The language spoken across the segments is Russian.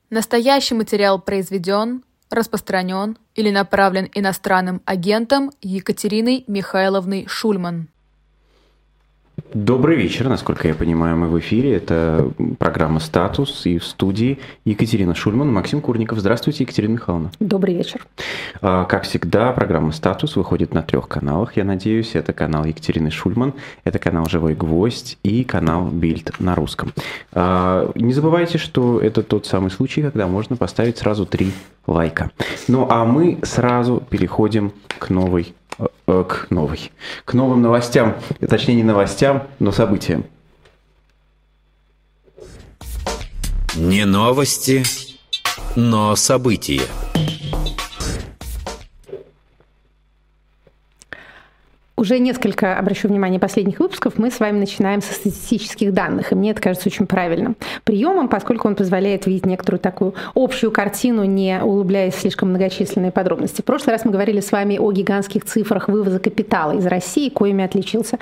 Настоящий материал произведен, распространен или направлен иностранным агентом Екатериной Михайловной Шульман. Добрый вечер, насколько я понимаю, мы в эфире. Это программа «Статус» и в студии Екатерина Шульман, Максим Курников. Здравствуйте, Екатерина Михайловна. Добрый вечер. Как всегда, программа «Статус» выходит на 3 каналах, я надеюсь. Это канал Екатерины Шульман, это канал «Живой гвоздь» и канал «Бильд» на русском. Не забывайте, что это тот самый случай, когда можно поставить сразу 3 лайка. Ну а мы сразу переходим к новым новостям, точнее не новостям, но событиям. Не новости, но события. Уже несколько, обращу внимание, последних выпусков мы с вами начинаем со статистических данных, и мне это кажется очень правильным приемом, поскольку он позволяет видеть некоторую такую общую картину, не углубляясь в слишком многочисленные подробности. В прошлый раз мы говорили с вами о гигантских цифрах вывоза капитала из России, коими отличился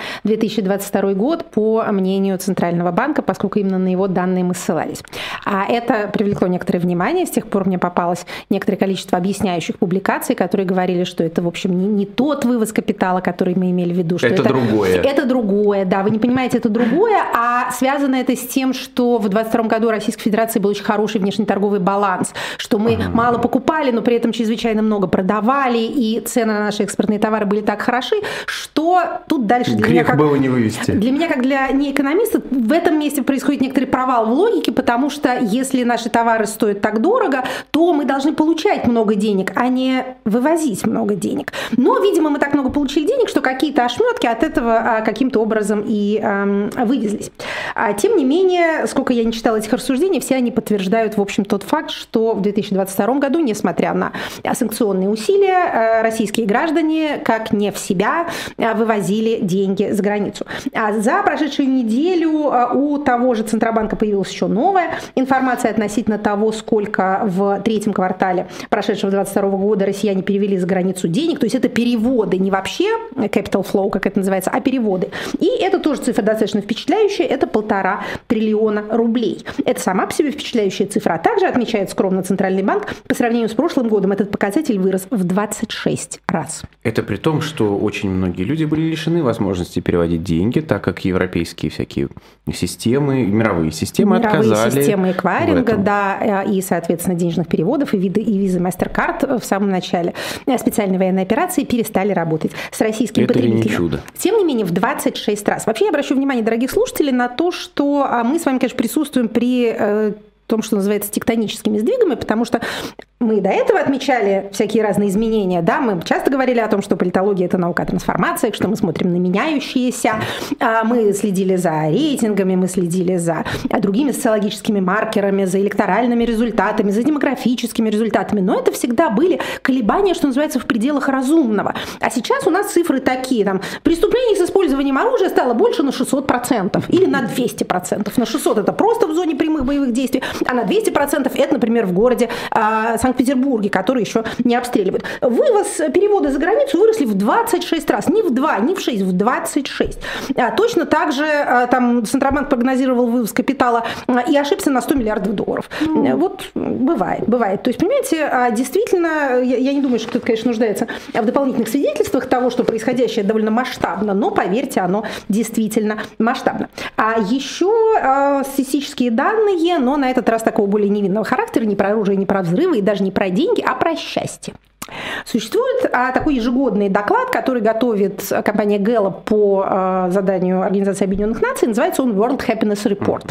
2022 год, по мнению Центрального банка, поскольку именно на его данные мы ссылались. А это привлекло некоторое внимание, с тех пор мне попалось некоторое количество объясняющих публикаций, которые говорили, что это, в общем, не тот вывоз капитала, который мы имели в виду, что это другое. Это другое, да, вы не понимаете, это другое, а связано это с тем, что в 2022 году Российской Федерации был очень хороший внешнеторговый баланс, что мы мало покупали, но при этом чрезвычайно много продавали, и цены на наши экспортные товары были так хороши, что тут дальше для меня как... было не вывести. Для меня, как для неэкономиста, в этом месте происходит некоторый провал в логике, потому что если наши товары стоят так дорого, то мы должны получать много денег, а не вывозить много денег. Но, видимо, мы так много получили денег, что какие-то ошметки от этого каким-то образом и вывезлись. Тем не менее, сколько я не читала этих рассуждений, все они подтверждают, в общем, тот факт, что в 2022 году, несмотря на санкционные усилия, российские граждане, как не в себя, вывозили деньги за границу. За прошедшую неделю у того же Центробанка появилась еще новая информация относительно того, сколько в 3-м квартале прошедшего 2022 года россияне перевели за границу денег. То есть это переводы, не вообще capital flow, как это называется, а переводы. И это тоже цифра достаточно впечатляющая, это 1,5 триллиона рублей. Это сама по себе впечатляющая цифра. А также, отмечает скромно Центральный банк, по сравнению с прошлым годом этот показатель вырос в 26 раз. Это при том, что очень многие люди были лишены возможности переводить деньги, так как европейские всякие системы, мировые системы отказали. Мировые системы эквайринга, да, и, соответственно, денежных переводов, и визы MasterCard в самом начале специальной военной операции перестали работать с российским потребителем. Это не чудо. Тем не менее, в 26 раз. Вообще, я обращу внимание, дорогих слушателей, на то, что мы с вами, конечно, присутствуем при том, что называется тектоническими сдвигами, потому что мы до этого отмечали всякие разные изменения, да, мы часто говорили о том, что политология – это наука о трансформациях, что мы смотрим на меняющиеся, мы следили за рейтингами, мы следили за другими социологическими маркерами, за электоральными результатами, за демографическими результатами, но это всегда были колебания, что называется, в пределах разумного. А сейчас у нас цифры такие, там, преступлений с использованием оружия стало больше на 600% или на 200%. На 600% это просто в зоне прямых боевых действий, а на 200% это, например, в городе Санкт-Петербурге, который еще не обстреливают. Вывоз, переводы за границу выросли в 26 раз. Не в 2, не в 6, в 26. Точно так же там Центробанк прогнозировал вывоз капитала и ошибся на $100 миллиардов. Вот бывает. То есть, понимаете, действительно, я не думаю, что кто-то, конечно, нуждается в дополнительных свидетельствах того, что происходящее довольно масштабно, но, поверьте, оно действительно масштабно. А еще статистические данные, но на этот раз такого более невинного характера, не про оружие, не про взрывы и даже не про деньги, а про счастье. Существует такой ежегодный доклад, который готовит компания Gallup по заданию Организации Объединенных Наций. Называется он World Happiness Report.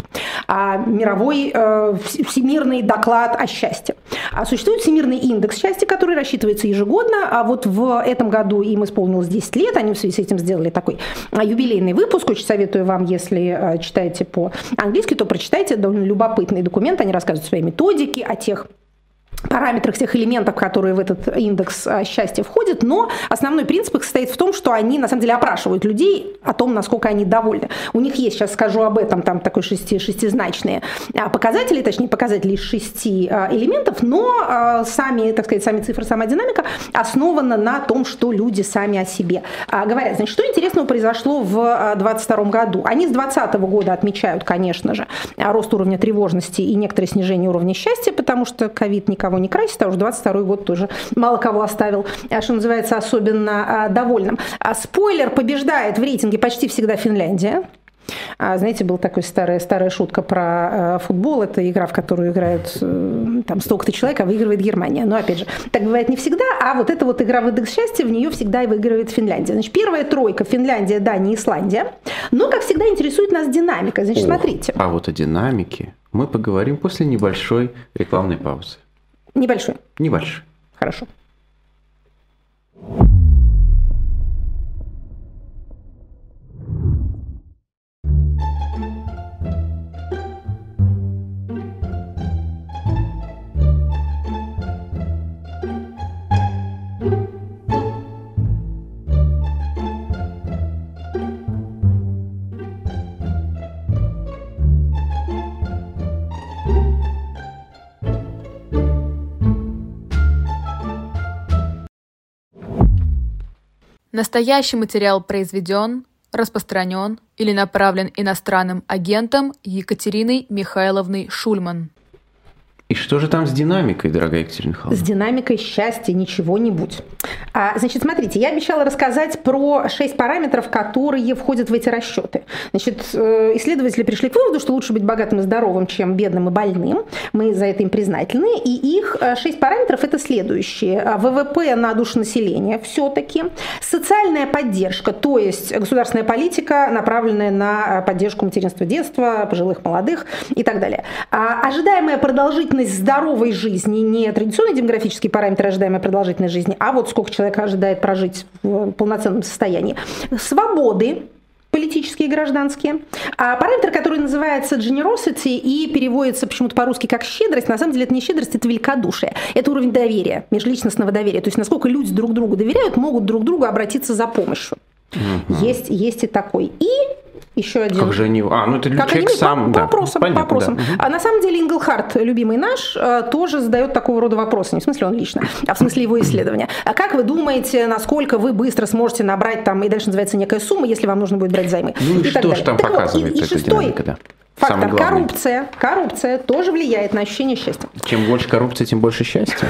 Мировой всемирный доклад о счастье. Существует всемирный индекс счастья, который рассчитывается ежегодно. А вот в этом году им исполнилось 10 лет. Они в связи с этим сделали такой юбилейный выпуск. Очень советую вам, если читаете по-английски, то прочитайте. Довольно любопытный документ. Они рассказывают о своей методике, о тех параметрах, тех элементов, которые в этот индекс счастья входят, но основной принцип их состоит в том, что они на самом деле опрашивают людей о том, насколько они довольны. У них есть, сейчас скажу об этом, там такой шестизначные показатели, точнее показатели из 6 элементов, но сами, так сказать, сами цифры, сама динамика основана на том, что люди сами о себе говорят. Значит, что интересного произошло в 2022 году? Они с 2020 года отмечают, конечно же, рост уровня тревожности и некоторое снижение уровня счастья, потому что ковид никого не красит, а уже 22 год тоже мало кого оставил, что называется, особенно довольным. Спойлер, побеждает в рейтинге почти всегда Финляндия. Знаете, была такая старая шутка про футбол. Это игра, в которую играют там столько-то человек, а выигрывает Германия. Но, опять же, так бывает не всегда. А вот эта вот игра в индекс счастья, в нее всегда и выигрывает Финляндия. Значит, первая тройка – Финляндия, Дания, Исландия. Но, как всегда, интересует нас динамика. Значит, смотрите. А вот о динамике мы поговорим после небольшой рекламной паузы. Небольшой? Небольшой. Хорошо. Настоящий материал произведен, распространен или направлен иностранным агентом Екатериной Михайловной Шульман. И что же там с динамикой, дорогая Екатерина Михайловна? С динамикой счастья ничего-нибудь. Значит, смотрите, я обещала рассказать про 6 параметров, которые входят в эти расчеты. Значит, исследователи пришли к выводу, что лучше быть богатым и здоровым, чем бедным и больным. Мы за это им признательны. И их 6 параметров – это следующие. ВВП на душу населения все-таки. Социальная поддержка, то есть государственная политика, направленная на поддержку материнства, детства, пожилых, молодых и так далее. Ожидаемая продолжительность здоровой жизни, не традиционный демографический параметр ожидаемой продолжительной жизни, а вот сколько человек ожидает прожить в полноценном состоянии. Свободы политические и гражданские. А параметр, который называется generosity и переводится почему-то по-русски как щедрость, на самом деле это не щедрость, это великодушие. Это уровень доверия, межличностного доверия. То есть насколько люди друг другу доверяют, могут друг к другу обратиться за помощью. Есть и такой. И еще один. Как же они... ну это человек сам... По вопросам. Да. А на самом деле Инглхарт, любимый наш, тоже задает такого рода вопросы. Не в смысле он лично, а в смысле его исследования. А как вы думаете, насколько вы быстро сможете набрать там, и дальше называется некая сумма, если вам нужно будет брать займы? Ну и что же там так показывает вот, эта динамика, да? Фактор – коррупция тоже влияет на ощущение счастья. Чем больше коррупции, тем больше счастья.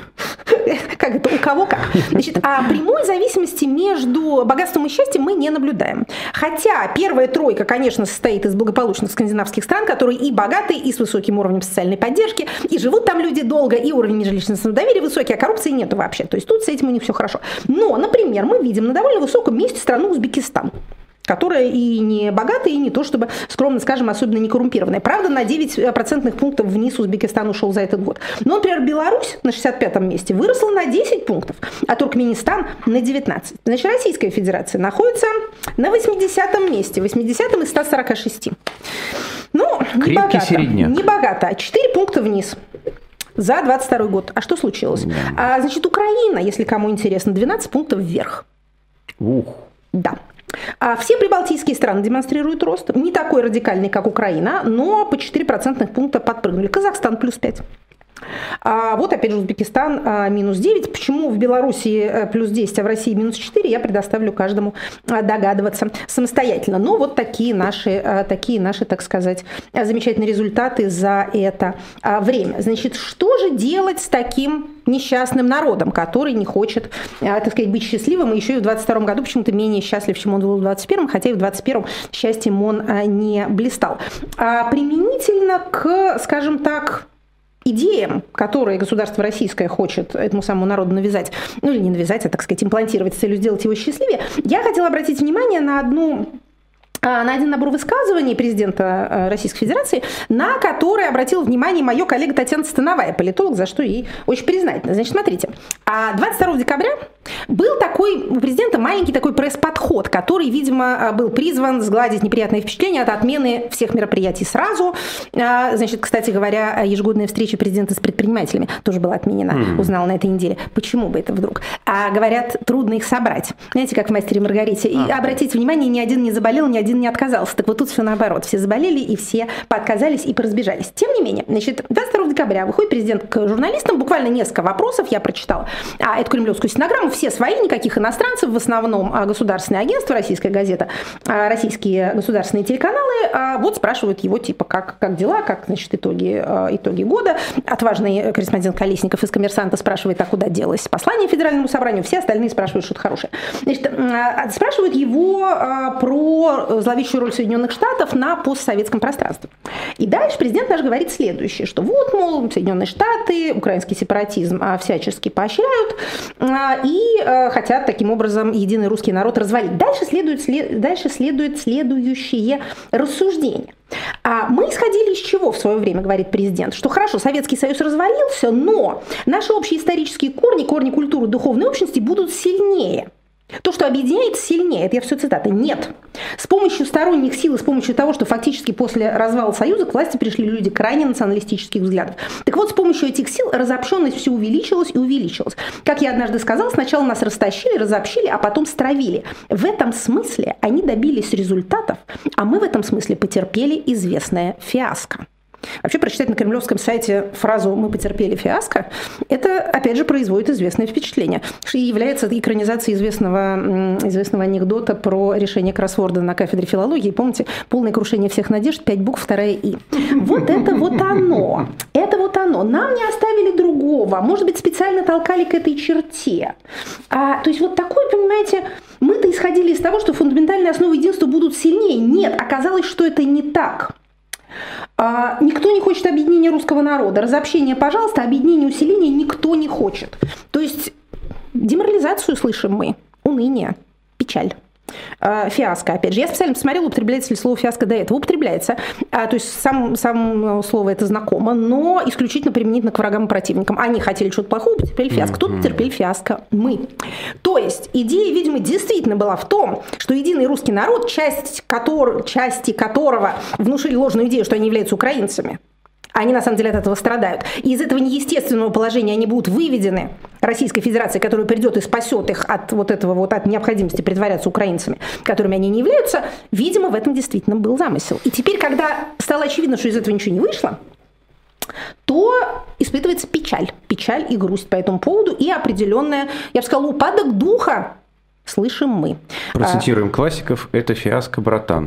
Как это? У кого как? Значит, а прямой зависимости между богатством и счастьем мы не наблюдаем. Хотя первая тройка, конечно, состоит из благополучных скандинавских стран, которые и богатые, и с высоким уровнем социальной поддержки, и живут там люди долго, и уровень межличностного доверия высокий, а коррупции нету вообще. То есть тут с этим у них все хорошо. Но, например, мы видим на довольно высоком месте страну Узбекистан, которая и не богатая, и не то, чтобы, скромно скажем, особенно не коррумпированная. Правда, на 9 процентных пунктов вниз Узбекистан ушел за этот год. Но, например, Беларусь на 65-м месте выросла на 10 пунктов, а Туркменистан на 19. Значит, Российская Федерация находится на 80-м месте, 80-м из 146. Ну, не богато, а 4 пункта вниз. За 22 год. А что случилось? Значит, Украина, если кому интересно, 12 пунктов вверх. Да. Все прибалтийские страны демонстрируют рост. Не такой радикальный, как Украина, но по 4 процентных пункта подпрыгнули. Казахстан плюс 5. Вот опять же Узбекистан минус 9. Почему в Беларуси плюс 10, а в России минус 4, я предоставлю каждому догадываться самостоятельно. Но вот такие наши, так сказать, замечательные результаты за это время. Значит, что же делать с таким несчастным народом, который не хочет, так сказать, быть счастливым, и еще и в 22 году почему-то менее счастлив, чем он был в 21-м, хотя и в 21-м счастьем он не блистал. Применительно к, скажем так, идеям, которые государство российское хочет этому самому народу навязать, ну или не навязать, а, так сказать, имплантировать с целью сделать его счастливее, я хотела обратить внимание на один набор высказываний президента Российской Федерации, на который обратила внимание моя коллега Татьяна Становая, политолог, за что ей очень признательна. Значит, смотрите, 22 декабря Был такой у президента маленький такой пресс-подход, который, видимо, был призван сгладить неприятные впечатления от отмены всех мероприятий сразу. Значит, кстати говоря, ежегодная встреча президента с предпринимателями тоже была отменена, узнала на этой неделе. Почему бы это вдруг? Говорят, трудно их собрать. Знаете, как в «Мастере и Маргарите». И обратите внимание, ни один не заболел, ни один не отказался. Так вот тут все наоборот. Все заболели, и все поотказались и поразбежались. Тем не менее, значит, 22 декабря выходит президент к журналистам, буквально несколько вопросов я прочитала. Эту кремлевскую стенограмму, все свои, никаких иностранцев, в основном государственное агентство, российская газета, российские государственные телеканалы, вот спрашивают его, типа, как дела, как, значит, итоги года. Отважный корреспондент Колесников из «Коммерсанта» спрашивает, а куда делось послание Федеральному собранию, все остальные спрашивают что-то хорошее. Значит, спрашивают его про зловещую роль Соединенных Штатов на постсоветском пространстве. И дальше президент наш говорит следующее, что вот, мол, Соединенные Штаты украинский сепаратизм всячески поощряют и хотят таким образом единый русский народ развалить. Дальше следует следующее рассуждение. Мы исходили из чего в свое время, говорит президент, что хорошо, Советский Союз развалился, но наши общие исторические корни культуры, духовной общности будут сильнее. То, что объединяет, сильнее. Это я все цитата. Нет. С помощью сторонних сил и с помощью того, что фактически после развала Союза к власти пришли люди крайне националистических взглядов. Так вот, с помощью этих сил разобщенность все увеличилась и увеличилась. Как я однажды сказала, сначала нас растащили, разобщили, а потом стравили. В этом смысле они добились результатов, а мы в этом смысле потерпели известное фиаско. Вообще, прочитать на кремлевском сайте фразу «мы потерпели фиаско» – это, опять же, производит известное впечатление, что является экранизацией известного анекдота про решение кроссворда на кафедре филологии. Помните, полное крушение всех надежд, 5 букв, 2 «и». Вот это вот оно. Это вот оно. Нам не оставили другого. Может быть, специально толкали к этой черте. То есть вот такой, понимаете, мы-то исходили из того, что фундаментальные основы единства будут сильнее. Нет, оказалось, что это не так. Никто не хочет объединения русского народа. Разобщение, пожалуйста, объединение, усиление никто не хочет. То есть деморализацию слышим мы, уныние, печаль. Фиаско, опять же. Я специально посмотрела, употребляется ли слово фиаско до этого. Употребляется. То есть сам слово это знакомо, но исключительно применительно к врагам и противникам. Они хотели что-то плохого, потерпели фиаско. Тут потерпели фиаско мы. То есть идея, видимо, действительно была в том, что единый русский народ, части которого внушили ложную идею, что они являются украинцами, они на самом деле от этого страдают. И из этого неестественного положения они будут выведены Российской Федерацией, которая придет и спасет их от вот этого вот от необходимости притворяться украинцами, которыми они не являются. Видимо, в этом действительно был замысел. И теперь, когда стало очевидно, что из этого ничего не вышло, то испытывается печаль и грусть по этому поводу, и определенная, я бы сказала, упадок духа слышим мы. Процитируем классиков: это фиаско, братан.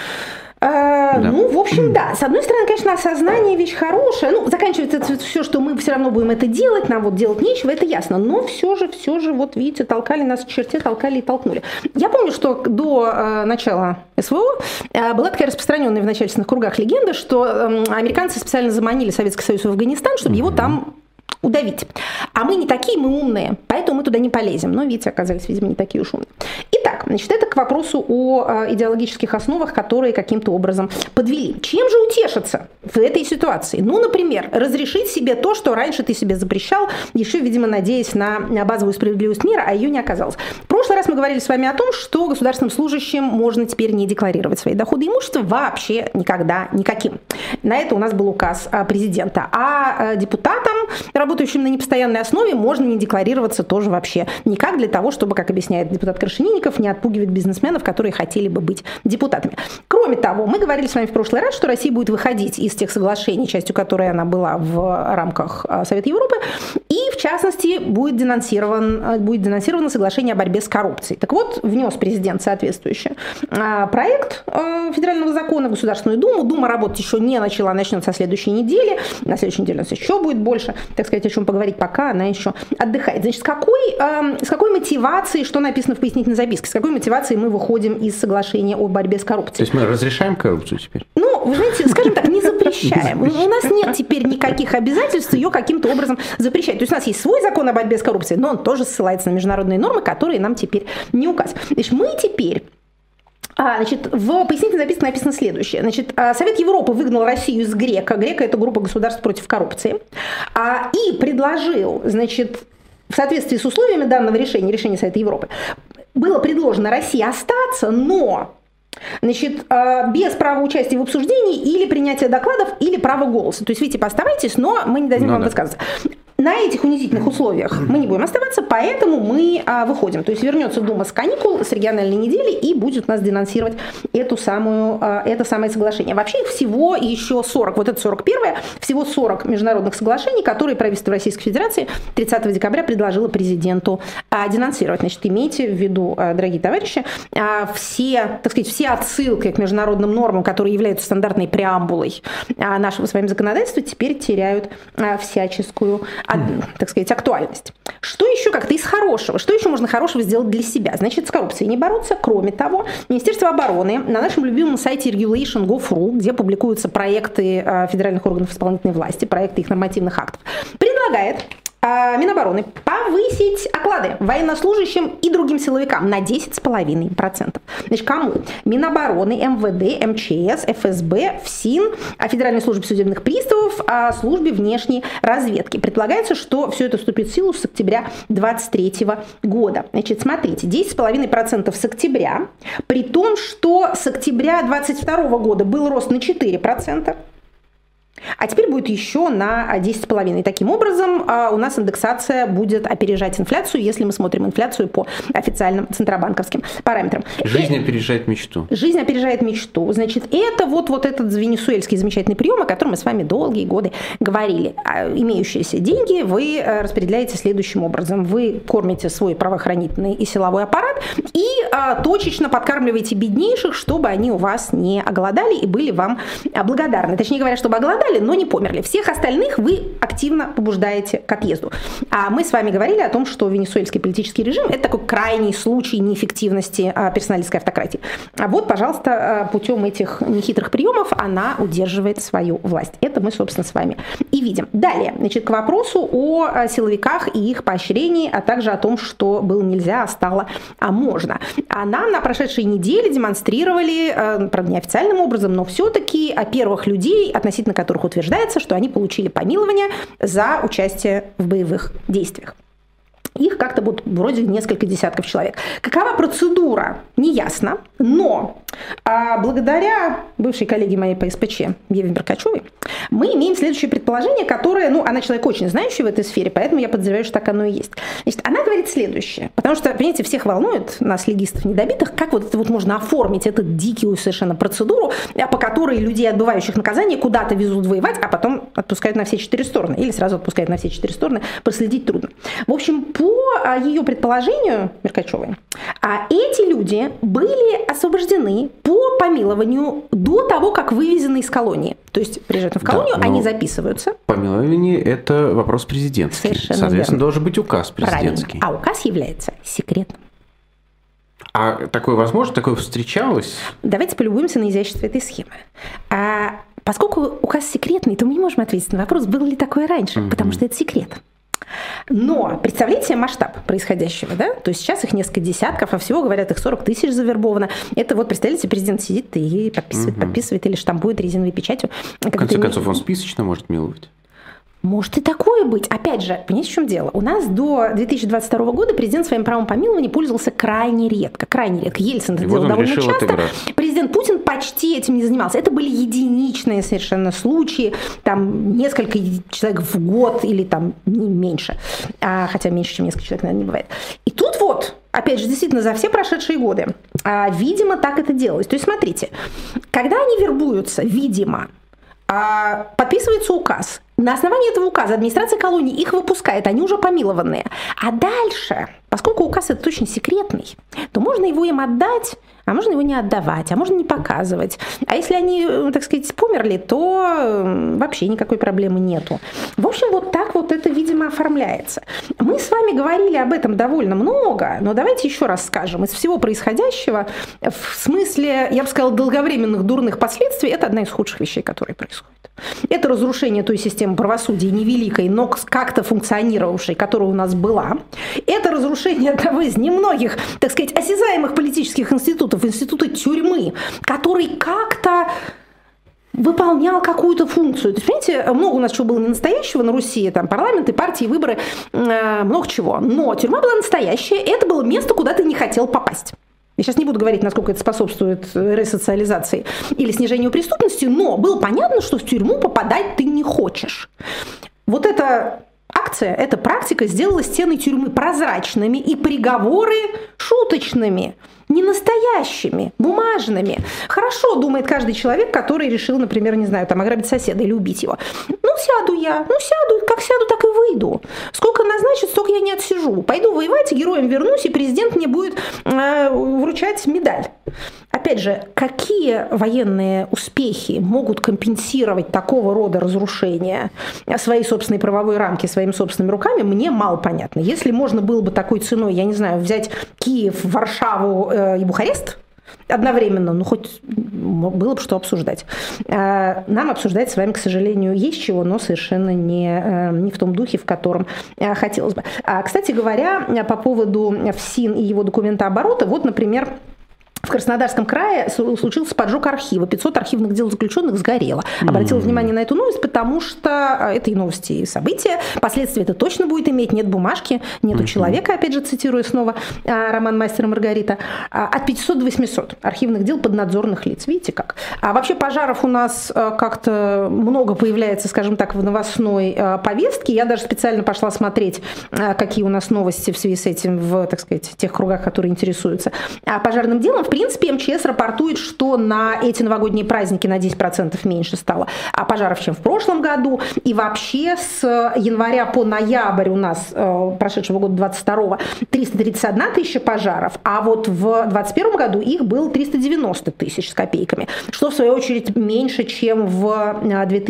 Да. Ну, в общем, да. С одной стороны, конечно, осознание вещь хорошая. Ну, заканчивается это все, что мы все равно будем это делать, нам вот делать нечего, это ясно. Но все же, вот видите, толкали нас в черте, толкали и толкнули. Я помню, что до начала СВО была такая распространенная в начальственных кругах легенда, что американцы специально заманили Советский Союз в Афганистан, чтобы его там удавить. А мы не такие, мы умные, поэтому мы туда не полезем. Но, видите, оказались, видимо, не такие уж умные. Итак, значит, это к вопросу о идеологических основах, которые каким-то образом подвели. Чем же утешиться в этой ситуации? Ну, например, разрешить себе то, что раньше ты себе запрещал, еще, видимо, надеясь на базовую справедливость мира, а ее не оказалось. В прошлый раз мы говорили с вами о том, что государственным служащим можно теперь не декларировать свои доходы и имущество вообще никогда никаким. На это у нас был указ президента. А депутатам, работающим на непостоянной основе, можно не декларироваться тоже вообще никак, для того, чтобы, как объясняет депутат Крашенинников, не отпугивать бизнесменов, которые хотели бы быть депутатами. Кроме того, мы говорили с вами в прошлый раз, что Россия будет выходить из тех соглашений, частью которой она была в рамках Совета Европы, и, в частности, будет денонсировано соглашение о борьбе с коррупцией. Так вот, внес президент соответствующий проект федерального закона в Государственную Думу. Дума работать еще не начала, начнет со следующей недели. На следующей неделе у нас еще будет больше, так сказать, о чем поговорить, пока она еще отдыхает. Значит, с какой мотивацией, что написано в пояснительной записке, с какой мотивацией мы выходим из соглашения о борьбе с коррупцией? То есть мы разрешаем коррупцию теперь? Ну, вы знаете, скажем так, не запрещаем. У нас нет теперь никаких обязательств ее каким-то образом запрещать. То есть у нас есть свой закон о борьбе с коррупцией, но он тоже ссылается на международные нормы, которые нам теперь не указ. Значит, мы теперь... Значит, в пояснительной записке написано следующее. Значит, Совет Европы выгнал Россию из ГРЕКО. ГРЕКО – это группа государств против коррупции. И предложил, значит, в соответствии с условиями данного решения Совета Европы, было предложено России остаться, но значит, без права участия в обсуждении или принятия докладов, или права голоса. То есть вы типа оставайтесь, но мы не дадим вам высказываться. На этих унизительных условиях мы не будем оставаться, поэтому мы выходим. То есть вернется Дума с каникул, с региональной недели и будет нас денонсировать это самое соглашение. Вообще их всего еще 40, вот это 41-е, всего 40 международных соглашений, которые правительство Российской Федерации 30 декабря предложило президенту денонсировать. Значит, имейте в виду, дорогие товарищи, все отсылки к международным нормам, которые являются стандартной преамбулой нашего с вами законодательства, теперь теряют всяческую, так сказать, актуальность. Что еще как-то из хорошего? Что еще можно хорошего сделать для себя? Значит, с коррупцией не бороться. Кроме того, Министерство обороны на нашем любимом сайте regulation.gov.ru, где публикуются проекты федеральных органов исполнительной власти, проекты их нормативных актов, предлагает Минобороны повысить оклады военнослужащим и другим силовикам на 10,5%. Значит, кому? Минобороны, МВД, МЧС, ФСБ, ФСИН, Федеральной службе судебных приставов, службе внешней разведки. Предполагается, что все это вступит в силу с октября 2023 года. Значит, смотрите, 10,5% с октября, при том, что с октября 2022 года был рост на 4%. А теперь будет еще на 10,5%. И таким образом у нас индексация будет опережать инфляцию, если мы смотрим инфляцию по официальным центробанковским параметрам. Жизнь опережает мечту. Жизнь опережает мечту. Значит, это вот этот венесуэльский замечательный прием, о котором мы с вами долгие годы говорили. Имеющиеся деньги вы распределяете следующим образом. Вы кормите свой правоохранительный и силовой аппарат и точечно подкармливаете беднейших, чтобы они у вас не оголодали и были вам благодарны. Точнее говоря, чтобы оголодали, но не померли. Всех остальных вы активно побуждаете к отъезду. А мы с вами говорили о том, что венесуэльский политический режим – это такой крайний случай неэффективности персоналистской автократии. А вот, пожалуйста, путем этих нехитрых приемов она удерживает свою власть. Это мы, собственно, с вами и видим. Далее, значит, к вопросу о силовиках и их поощрении, а также о том, что было нельзя, а стало можно. А нам на прошедшей неделе демонстрировали, правда, неофициальным образом, но все-таки первых людей, относительно которых утверждается, что они получили помилование за участие в боевых действиях. Их как-то вот вроде несколько десятков человек. Какова процедура, неясно, но благодаря бывшей коллеге моей по СПЧ Еве Беркачевой мы имеем следующее предположение, которое, она человек очень знающий в этой сфере, поэтому я подозреваю, что так оно и есть. Значит, она говорит следующее, потому что, понимаете, всех волнует, нас, легистов недобитых, как вот это вот можно оформить эту дикую совершенно процедуру, по которой людей, отбывающих наказание, куда-то везут воевать, а потом отпускают на все 4 стороны, или сразу отпускают на все 4 стороны, проследить трудно. В общем, по ее предположению, Меркачевой, эти люди были освобождены по помилованию до того, как вывезены из колонии. То есть приезжают в колонию, они записываются. Помилование – это вопрос президентский. Совершенно Соответственно, верно. должен быть указ президентский. Правильно. А указ является секретным. А такое возможно? Такое встречалось? Давайте полюбуемся на изящество этой схемы. Поскольку указ секретный, то мы не можем ответить на вопрос, было ли такое раньше, потому что это секрет. Но представляете себе масштаб происходящего, да? То есть сейчас их несколько десятков, а всего, говорят, их 40 тысяч завербовано. Это вот, представляете, президент сидит и подписывает или штампует резиновой печатью. В конце концов, он списочно может миловать. Может и такое быть. Опять же, понимаете, в чем дело? У нас до 2022 года президент своим правом помилования пользовался крайне редко. Крайне редко. Ельцин это делал довольно часто. Президент Путин почти этим не занимался. Это были единичные совершенно случаи. Там несколько человек в год или там не меньше. Хотя меньше, чем несколько человек, наверное, не бывает. И тут вот, опять же, действительно, за все прошедшие годы, видимо, так это делалось. То есть, смотрите, когда они вербуются, видимо, подписывается указ. На основании этого указа администрация колонии их выпускает, они уже помилованные. А дальше, поскольку указ это точно секретный, то можно его им отдать, а можно его не отдавать, а можно не показывать. А если они, так сказать, померли, то вообще никакой проблемы нету. В общем, вот так вот это, видимо, оформляется. Мы с вами говорили об этом довольно много, но давайте еще раз скажем. Из всего происходящего, в смысле, я бы сказала, долговременных дурных последствий, это одна из худших вещей, которые происходят. Это разрушение той системы правосудия невеликой, но как-то функционировавшей, которая у нас была. Это разрушение одного из немногих, так сказать, осязаемых политических институтов, института тюрьмы, который как-то выполнял какую-то функцию. То есть, понимаете, много у нас чего было не настоящего на Руси, там парламенты, партии, выборы, много чего. Но тюрьма была настоящая, это было место, куда ты не хотел попасть. Я сейчас не буду говорить, насколько это способствует ресоциализации или снижению преступности, но было понятно, что в тюрьму попадать ты не хочешь. Вот эта акция, эта практика сделала стены тюрьмы прозрачными и приговоры шуточными, не настоящими, бумажными. Хорошо, думает каждый человек, который решил, например, не знаю, там, ограбить соседа или убить его. Сяду, как сяду, так и выйду. Сколько назначат, столько я не отсижу. Пойду воевать, героем вернусь, и президент мне будет вручать медаль. Опять же, какие военные успехи могут компенсировать такого рода разрушения своей собственной правовой рамки, своими собственными руками, мне мало понятно. Если можно было бы такой ценой, я не знаю, взять Киев, Варшаву и Бухарест одновременно, хоть было бы что обсуждать. Нам обсуждать с вами, к сожалению, есть чего, но совершенно не в том духе, в котором хотелось бы. Кстати говоря, по поводу ФСИН и его документооборота, вот, например, в Краснодарском крае случился поджог архива. 500 архивных дел заключенных сгорело. Обратила внимание на эту новость, потому что это и новости, и события. Последствия это точно будет иметь. Нет бумажки, нету человека, опять же, цитирую снова роман «Мастер и Маргарита». От 500 до 800 архивных дел поднадзорных лиц. Видите как? А вообще пожаров у нас как-то много появляется, скажем так, в новостной повестке. Я даже специально пошла смотреть, какие у нас новости в связи с этим в, так сказать, тех кругах, которые интересуются пожарным делом. В принципе, МЧС рапортует, что на эти новогодние праздники на 10% меньше стало пожаров, чем в прошлом году. И вообще с января по ноябрь у нас прошедшего года 22-го 331 тысяча пожаров, а вот в 2021 году их было 390 тысяч с копейками, что в свою очередь меньше, чем в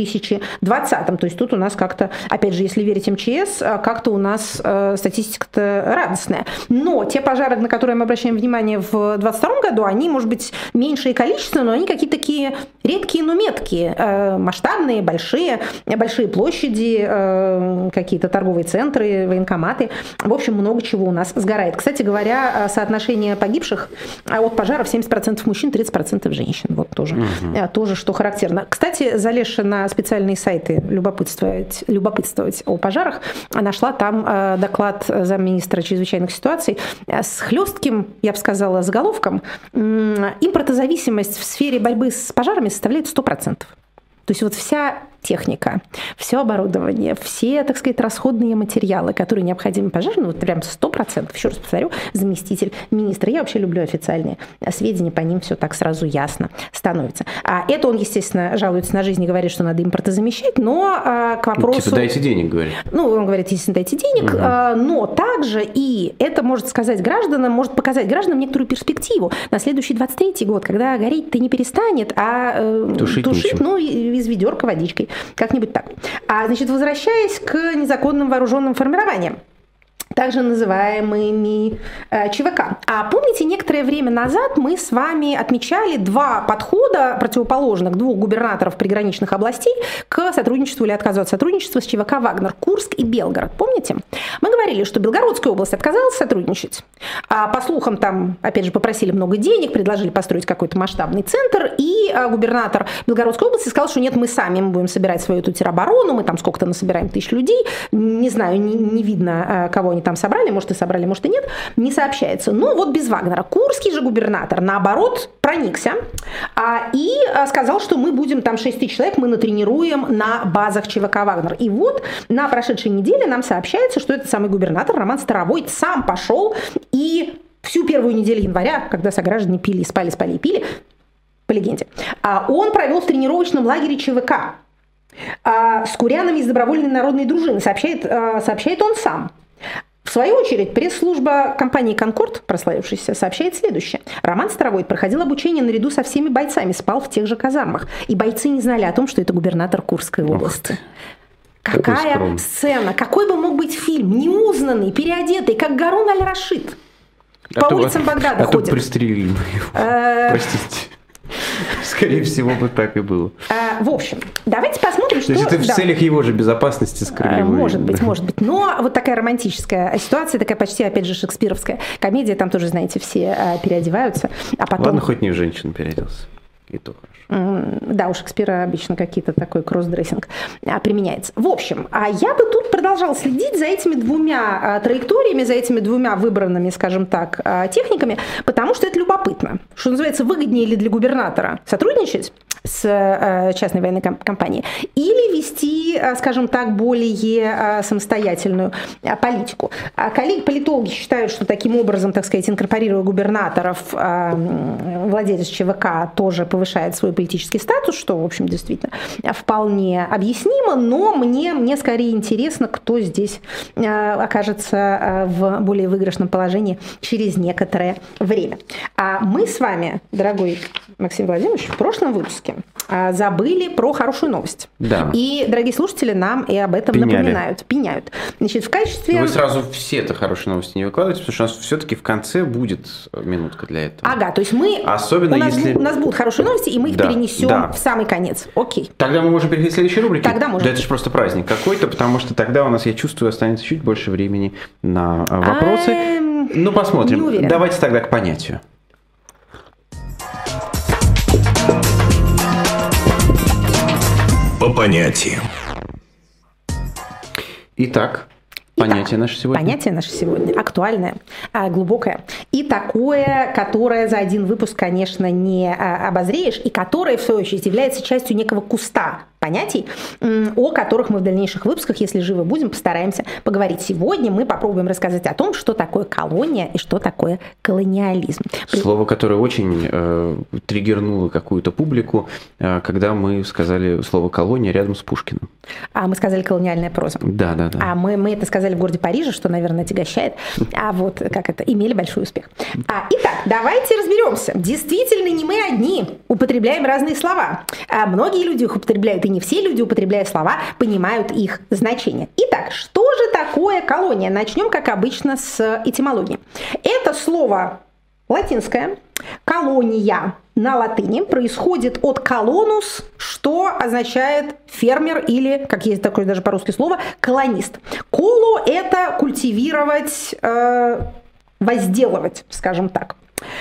2020. То есть тут у нас как-то, опять же, если верить МЧС, как-то у нас статистика-то радостная. Но те пожары, на которые мы обращаем внимание в 2022 году, они, может быть, меньшие количество, но они какие-то такие редкие, но меткие, масштабные, большие площади, какие-то торговые центры, военкоматы. В общем, много чего у нас сгорает. Кстати говоря, соотношение погибших от пожаров 70% мужчин, 30% женщин. Вот тоже, что характерно. Кстати, залезши на специальные сайты любопытствовать о пожарах, нашла там доклад замминистра чрезвычайных ситуаций с хлестким, я бы сказала, заголовком: импортозависимость в сфере борьбы с пожарами составляет 100%. То есть вот вся техника, все оборудование, все, так сказать, расходные материалы, которые необходимы пожарным, вот прям 100%, еще раз повторю, заместитель министра. Я вообще люблю официальные сведения, по ним все так сразу ясно становится. Это он, естественно, жалуется на жизнь и говорит, что надо импортозамещать, но к вопросу... Типа дайте денег, говорит. Он говорит, естественно, дайте денег, но также и это может сказать гражданам, может показать гражданам некоторую перспективу на следующий 23-й год, когда гореть-то не перестанет, а тушить из ведерка водичкой. Как-нибудь так. Значит, возвращаясь к незаконным вооруженным формированиям, также называемыми ЧВК. Помните, некоторое время назад мы с вами отмечали два подхода противоположных двух губернаторов приграничных областей к сотрудничеству или отказу от сотрудничества с ЧВК «Вагнер» – Курск и Белгород. Помните? Мы говорили, что Белгородская область отказалась сотрудничать. По слухам, там, опять же, попросили много денег, предложили построить какой-то масштабный центр, и губернатор Белгородской области сказал, что нет, мы сами будем собирать свою эту тероборону, мы там сколько-то насобираем 1000 людей, не знаю, не видно, кого они там собрали, может и собрали, может и нет, не сообщается. Но вот без Вагнера. Курский же губернатор, наоборот, проникся и сказал, что мы будем там 6000 человек, мы натренируем на базах ЧВК «Вагнер». И вот на прошедшей неделе нам сообщается, что этот самый губернатор Роман Старовойт сам пошел и всю первую неделю января, когда сограждане пили, спали и пили, по легенде, он провел в тренировочном лагере ЧВК с курянами из добровольной народной дружины, сообщает он сам. В свою очередь, пресс-служба компании «Конкорд», прославившаяся, сообщает следующее. Роман Старовойт проходил обучение наряду со всеми бойцами, спал в тех же казармах. И бойцы не знали о том, что это губернатор Курской области. Какая сцена, какой бы мог быть фильм, неузнанный, переодетый, как Гарун аль-Рашид. По улицам Багдада ходит. А то пристрелили его. Простите. Скорее всего, бы так и было. В общем, давайте посмотрим, что... То есть это в целях его же безопасности скрыли. Может быть. Но вот такая романтическая ситуация, такая почти, опять же, шекспировская комедия, там тоже, знаете, все переодеваются, а потом... Ладно, хоть не в женщину переоделся. И то хорошо. Да, у Шекспира обычно какие-то такой кроссдрессинг применяется. В общем, я бы тут продолжала следить за этими двумя траекториями, за этими двумя выбранными, скажем так, техниками, потому что это любопытно. Что называется, выгоднее ли для губернатора сотрудничать с частной военной компанией или вести, скажем так, более самостоятельную политику. Коллеги-политологи считают, что таким образом, так сказать, инкорпорируя губернаторов, владелец ЧВК тоже повышает свой политический статус, что, в общем, действительно вполне объяснимо, но мне скорее интересно, кто здесь окажется в более выигрышном положении через некоторое время. А мы с вами, дорогой Максим Владимирович, в прошлом выпуске забыли про хорошую новость. Да. И, дорогие слушатели, нам и об этом напоминают, пеняют. Значит, в качестве... Вы сразу все это хорошие новости не выкладываете, потому что у нас все-таки в конце будет минутка для этого. Ага, то есть мы... Особенно у нас будут хорошие новости, и мы их перенесем в самый конец. Окей. Тогда мы можем перейти к следующей рубрике. Тогда можем. Да это же просто праздник какой-то, потому что тогда у нас, я чувствую, останется чуть больше времени на вопросы. Ну, посмотрим. Давайте тогда к понятию. По понятиям. Итак, понятие наше сегодня. Понятие наше сегодня актуальное, глубокое. И такое, которое за один выпуск, конечно, не обозреешь, и которое, в свою очередь, является частью некого куста понятий, о которых мы в дальнейших выпусках, если живы будем, постараемся поговорить. Сегодня мы попробуем рассказать о том, что такое колония и что такое колониализм. Слово, которое очень триггернуло какую-то публику, когда мы сказали слово «колония» рядом с Пушкиным. Мы сказали «колониальная проза». Да. А мы это сказали в городе Париже, что, наверное, отягощает. Имели большой успех. Итак, давайте разберемся. Действительно, не мы одни употребляем разные слова. Многие люди их употребляют, и не все люди, употребляя слова, понимают их значение. Итак, что же такое колония? Начнем, как обычно, с этимологии. Это слово латинское. Колония на латыни происходит от колонус, что означает фермер или, как есть такое даже по-русски слово, колонист. Коло – это культивировать, возделывать, скажем так.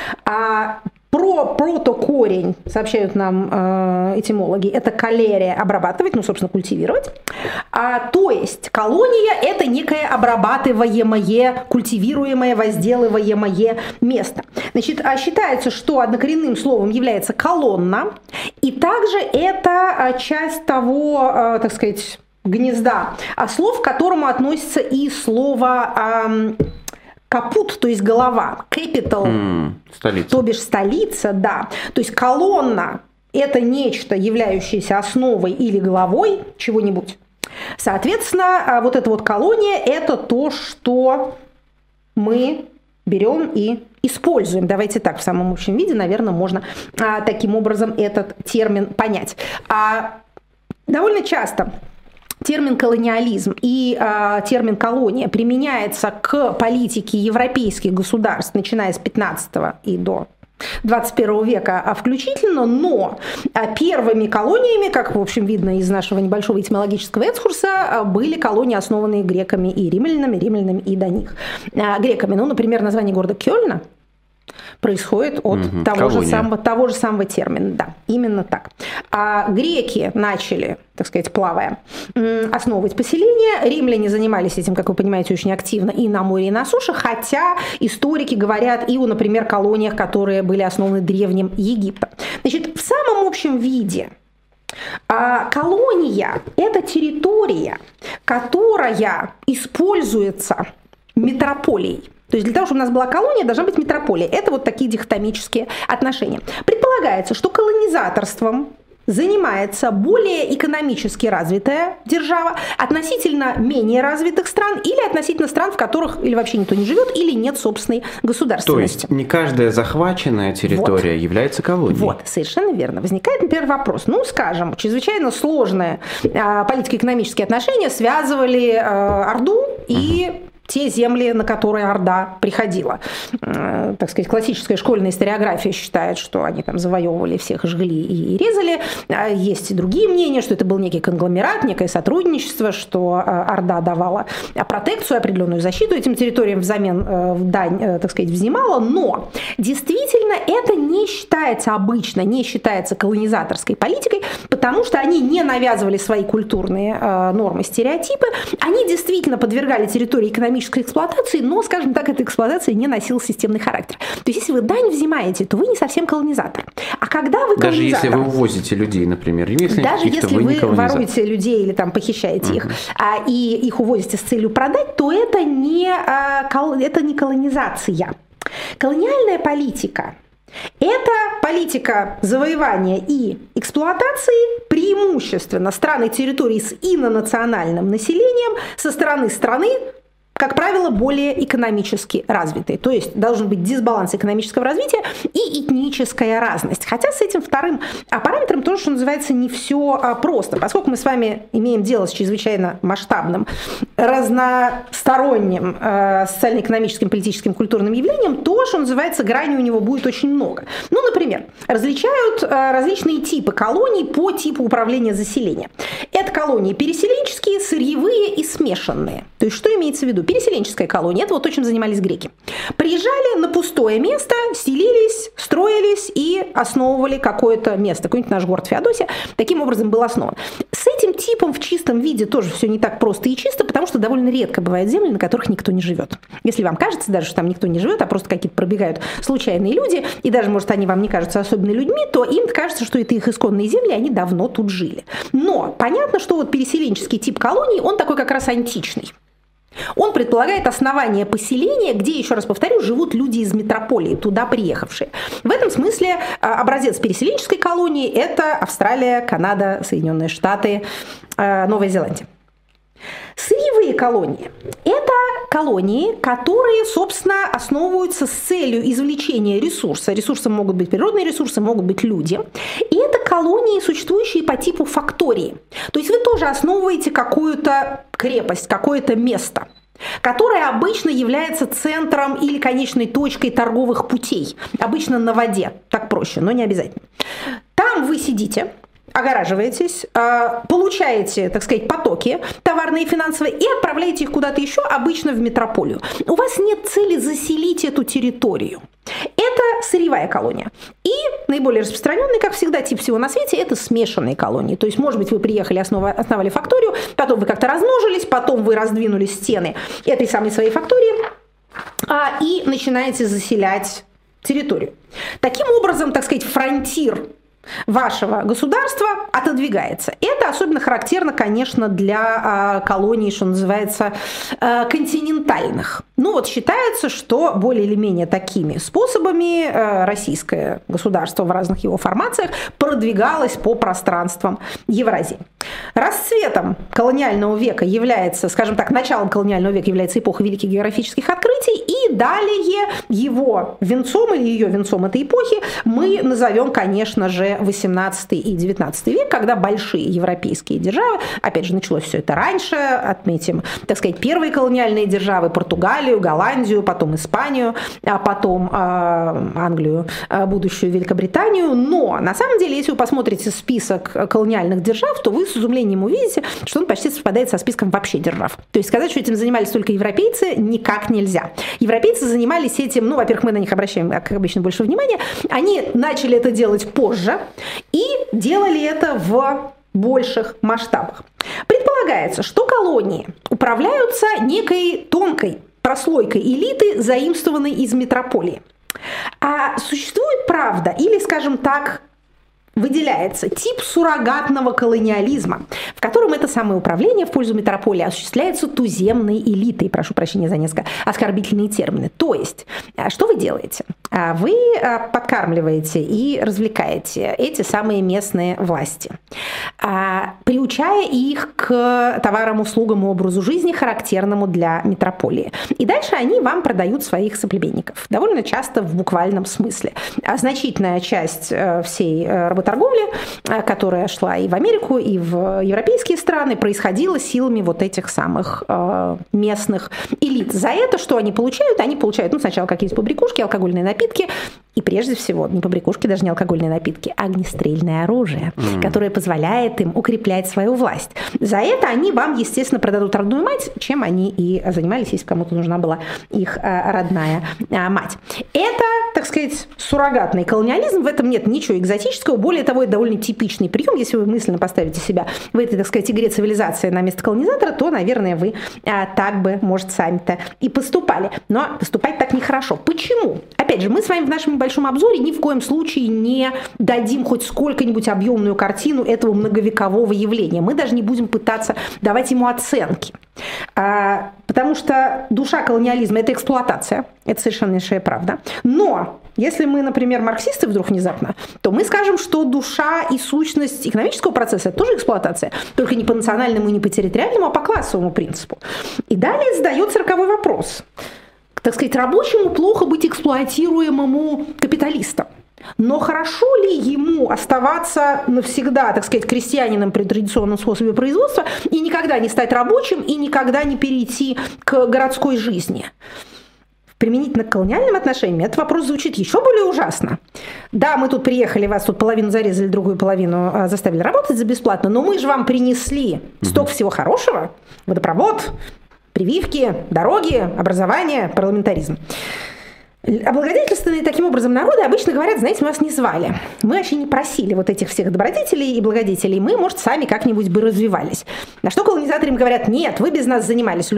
Про протокорень, сообщают нам этимологи, это калерия, обрабатывать, собственно, культивировать. То есть колония – это некое обрабатываемое, культивируемое, возделываемое место. Значит, считается, что однокоренным словом является колонна, и также это часть того, так сказать, гнезда слов, к которому относится и слово капут, то есть голова, capital, столица. То бишь столица, да. То есть колонна – это нечто, являющееся основой или головой чего-нибудь. Соответственно, вот эта вот колония – это то, что мы берем и используем. Давайте так, в самом общем виде, наверное, можно таким образом этот термин понять. Довольно часто термин колониализм и термин колония применяется к политике европейских государств, начиная с 15 и до 21 века включительно, но первыми колониями, как, в общем, видно из нашего небольшого этимологического экскурса, были колонии, основанные греками и римлянами и до них. Греками, например, название города Кёльна происходит от того же самого термина. Да, именно так. Греки начали, так сказать, плавая, основывать поселения. Римляне занимались этим, как вы понимаете, очень активно и на море, и на суше, хотя историки говорят и о, например, колониях, которые были основаны Древним Египтом. Значит, в самом общем виде колония – это территория, которая используется метрополией. То есть для того, чтобы у нас была колония, должна быть метрополия. Это вот такие дихотомические отношения. Предполагается, что колонизаторством занимается более экономически развитая держава относительно менее развитых стран или относительно стран, в которых или вообще никто не живет, или нет собственной государственности. То есть не каждая захваченная территория является колонией. Вот, совершенно верно. Возникает, например, вопрос. Скажем, чрезвычайно сложные политико-экономические отношения связывали Орду и те земли, на которые Орда приходила. Так сказать, классическая школьная историография считает, что они там завоевывали всех, жгли и резали. Есть и другие мнения, что это был некий конгломерат, некое сотрудничество, что Орда давала протекцию, определенную защиту этим территориям, взамен дань, так сказать, взимала. Но действительно это не считается обычно, не считается колонизаторской политикой, потому что они не навязывали свои культурные нормы, стереотипы. Они действительно подвергали территории экономической эксплуатации, но, скажем так, эта эксплуатация не носила системный характер. То есть, если вы дань взимаете, то вы не совсем колонизатор. А когда вы колонизатор... Даже если вы увозите людей, например, даже если вы воруете людей или там похищаете их, и их увозите с целью продать, то это не колонизация. Колониальная политика – это политика завоевания и эксплуатации преимущественно стран и территорий с инонациональным населением со стороны страны, как правило, более экономически развитые. То есть должен быть дисбаланс экономического развития и этническая разность. Хотя с этим вторым параметром тоже, что называется, не все просто. Поскольку мы с вами имеем дело с чрезвычайно масштабным, разносторонним социально-экономическим, политическим, культурным явлением, то, что называется, граней у него будет очень много. Ну, например, различают различные типы колоний по типу управления заселения. Это колонии переселенческие, сырьевые и смешанные. То есть что имеется в виду? Переселенческая колония – это вот то, чем занимались греки. Приезжали на пустое место, селились, строились и основывали какое-то место. Какой-нибудь наш город Феодосия таким образом был основан. С этим типом в чистом виде тоже все не так просто и чисто, потому что довольно редко бывают земли, на которых никто не живет. Если вам кажется даже, что там никто не живет, а просто какие-то пробегают случайные люди, и даже, может, они вам не кажутся особенными людьми, то им кажется, что это их исконные земли, они давно тут жили. Но понятно, что вот переселенческий тип колоний, он такой как раз античный. Он предполагает основание поселения, где, еще раз повторю, живут люди из метрополии, туда приехавшие. В этом смысле образец переселенческой колонии – это Австралия, Канада, Соединенные Штаты, Новая Зеландия. Сырьевые колонии – это колонии, которые, собственно, основываются с целью извлечения ресурса. Ресурсом могут быть природные ресурсы, могут быть люди. И это колонии, существующие по типу фактории. То есть вы тоже основываете какую-то крепость, какое-то место, которое обычно является центром или конечной точкой торговых путей. Обычно на воде, так проще, но не обязательно. Там вы сидите, огораживаетесь, получаете, так сказать, потоки товарные и финансовые и отправляете их куда-то еще, обычно в метрополию. У вас нет цели заселить эту территорию. Это сырьевая колония. И наиболее распространенный, как всегда, тип всего на свете – это смешанные колонии. То есть, может быть, вы приехали, основали факторию, потом вы как-то размножились, потом вы раздвинули стены этой самой своей фактории и начинаете заселять территорию. Таким образом, так сказать, фронтир вашего государства отодвигается. Это особенно характерно, конечно, для колоний, что называется, континентальных. Ну вот считается, что более или менее такими способами российское государство в разных его формациях продвигалось по пространствам Евразии. Расцветом колониального века является, скажем так, началом колониального века является эпоха великих географических открытий, и далее его венцом или ее венцом этой эпохи мы назовем, конечно же, 18 и 19 век, когда большие европейские державы, опять же, началось все это раньше, отметим, так сказать, первые колониальные державы, Португалию, Голландию, потом Испанию, а потом Англию, будущую Великобританию. Но на самом деле, если вы посмотрите список колониальных держав, то вы с изумлением увидите, что он почти совпадает со списком вообще держав. То есть сказать, что этим занимались только европейцы, никак нельзя. Европейцы занимались этим, ну, во-первых, мы на них обращаем, как обычно, больше внимания, они начали это делать позже и делали это в больших масштабах. Предполагается, что колонии управляются некой тонкой прослойкой элиты, заимствованной из метрополии. А существует, правда, или, скажем так, выделяется тип суррогатного колониализма, в котором это самое управление в пользу метрополии осуществляется туземной элитой. Прошу прощения за несколько оскорбительные термины. То есть, что вы делаете? Вы подкармливаете и развлекаете эти самые местные власти, приучая их к товарам, услугам и образу жизни, характерному для метрополии. И дальше они вам продают своих соплеменников. Довольно часто в буквальном смысле. Значительная часть всей работы работорговли, которая шла и в Америку, и в европейские страны, происходила силами вот этих самых местных элит. За это что они получают? Они получают, сначала какие-то побрякушки, алкогольные напитки, и прежде всего, не побрякушки, даже не алкогольные напитки, а огнестрельное оружие, которое позволяет им укреплять свою власть. За это они вам, естественно, продадут родную мать, чем они и занимались, если кому-то нужна была их родная мать. Это, так сказать, суррогатный колониализм, в этом нет ничего экзотического. Более того, это довольно типичный прием. Если вы мысленно поставите себя в этой, так сказать, игре цивилизации на место колонизатора, то, наверное, вы так бы, может, сами-то и поступали. Но поступать так нехорошо. Почему? Опять же, мы с вами в нашем небольшом обзоре ни в коем случае не дадим хоть сколько-нибудь объемную картину этого многовекового явления. Мы даже не будем пытаться давать ему оценки. Потому что душа колониализма – это эксплуатация. Это совершеннейшая правда. Но если мы, например, марксисты вдруг внезапно, то мы скажем, что душа и сущность экономического процесса – это тоже эксплуатация. Только не по национальному и не по территориальному, а по классовому принципу. И далее задается роковой вопрос. Так сказать, рабочему плохо быть эксплуатируемому капиталистом. Но хорошо ли ему оставаться навсегда, так сказать, крестьянином при традиционном способе производства и никогда не стать рабочим, и никогда не перейти к городской жизни? Применительно к колониальным отношениям этот вопрос звучит еще более ужасно. Да, мы тут приехали, вас тут половину зарезали, другую половину заставили работать за бесплатно, но мы же вам принесли столько всего хорошего: водопровод, прививки, дороги, образование, парламентаризм. Облагодетельственные таким образом народы обычно говорят: знаете, мы вас не звали. Мы вообще не просили вот этих всех добродетелей и благодетелей. Мы, может, сами как-нибудь бы развивались. На что колонизаторы им говорят: нет, вы без нас занимались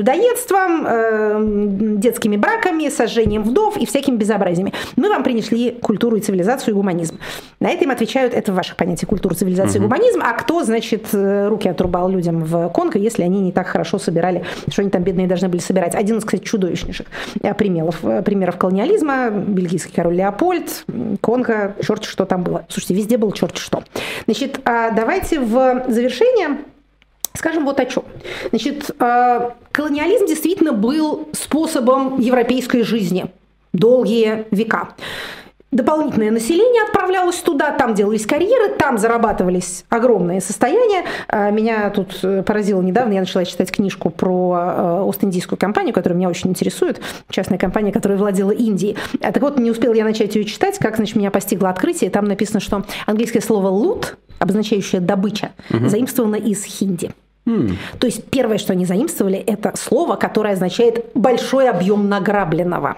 людоедством, детскими браками, сожжением вдов и всякими безобразиями. Мы вам принесли культуру и цивилизацию и гуманизм. На это им отвечают: это в ваших понятиях культура, цивилизация и гуманизм. А кто, значит, руки отрубал людям в Конго, если они не так хорошо собирали, что они там бедные должны были собирать? Один из, кстати, чудовищнейших примеров колониализма. Бельгийский король Леопольд, Конго, черт что там было. Слушайте, везде было черт что. Значит, давайте в завершение скажем вот о чем. Значит, колониализм действительно был способом европейской жизни долгие века. Дополнительное население отправлялось туда, там делались карьеры, там зарабатывались огромные состояния. Меня тут поразило недавно, я начала читать книжку про Ост-Индийскую компанию, которая меня очень интересует, частная компания, которая владела Индией. Так вот, не успела я начать ее читать, как, значит, меня постигло открытие. Там написано, что английское слово «лут», обозначающее «добыча», заимствовано из хинди. То есть первое, что они заимствовали, это слово, которое означает «большой объем награбленного».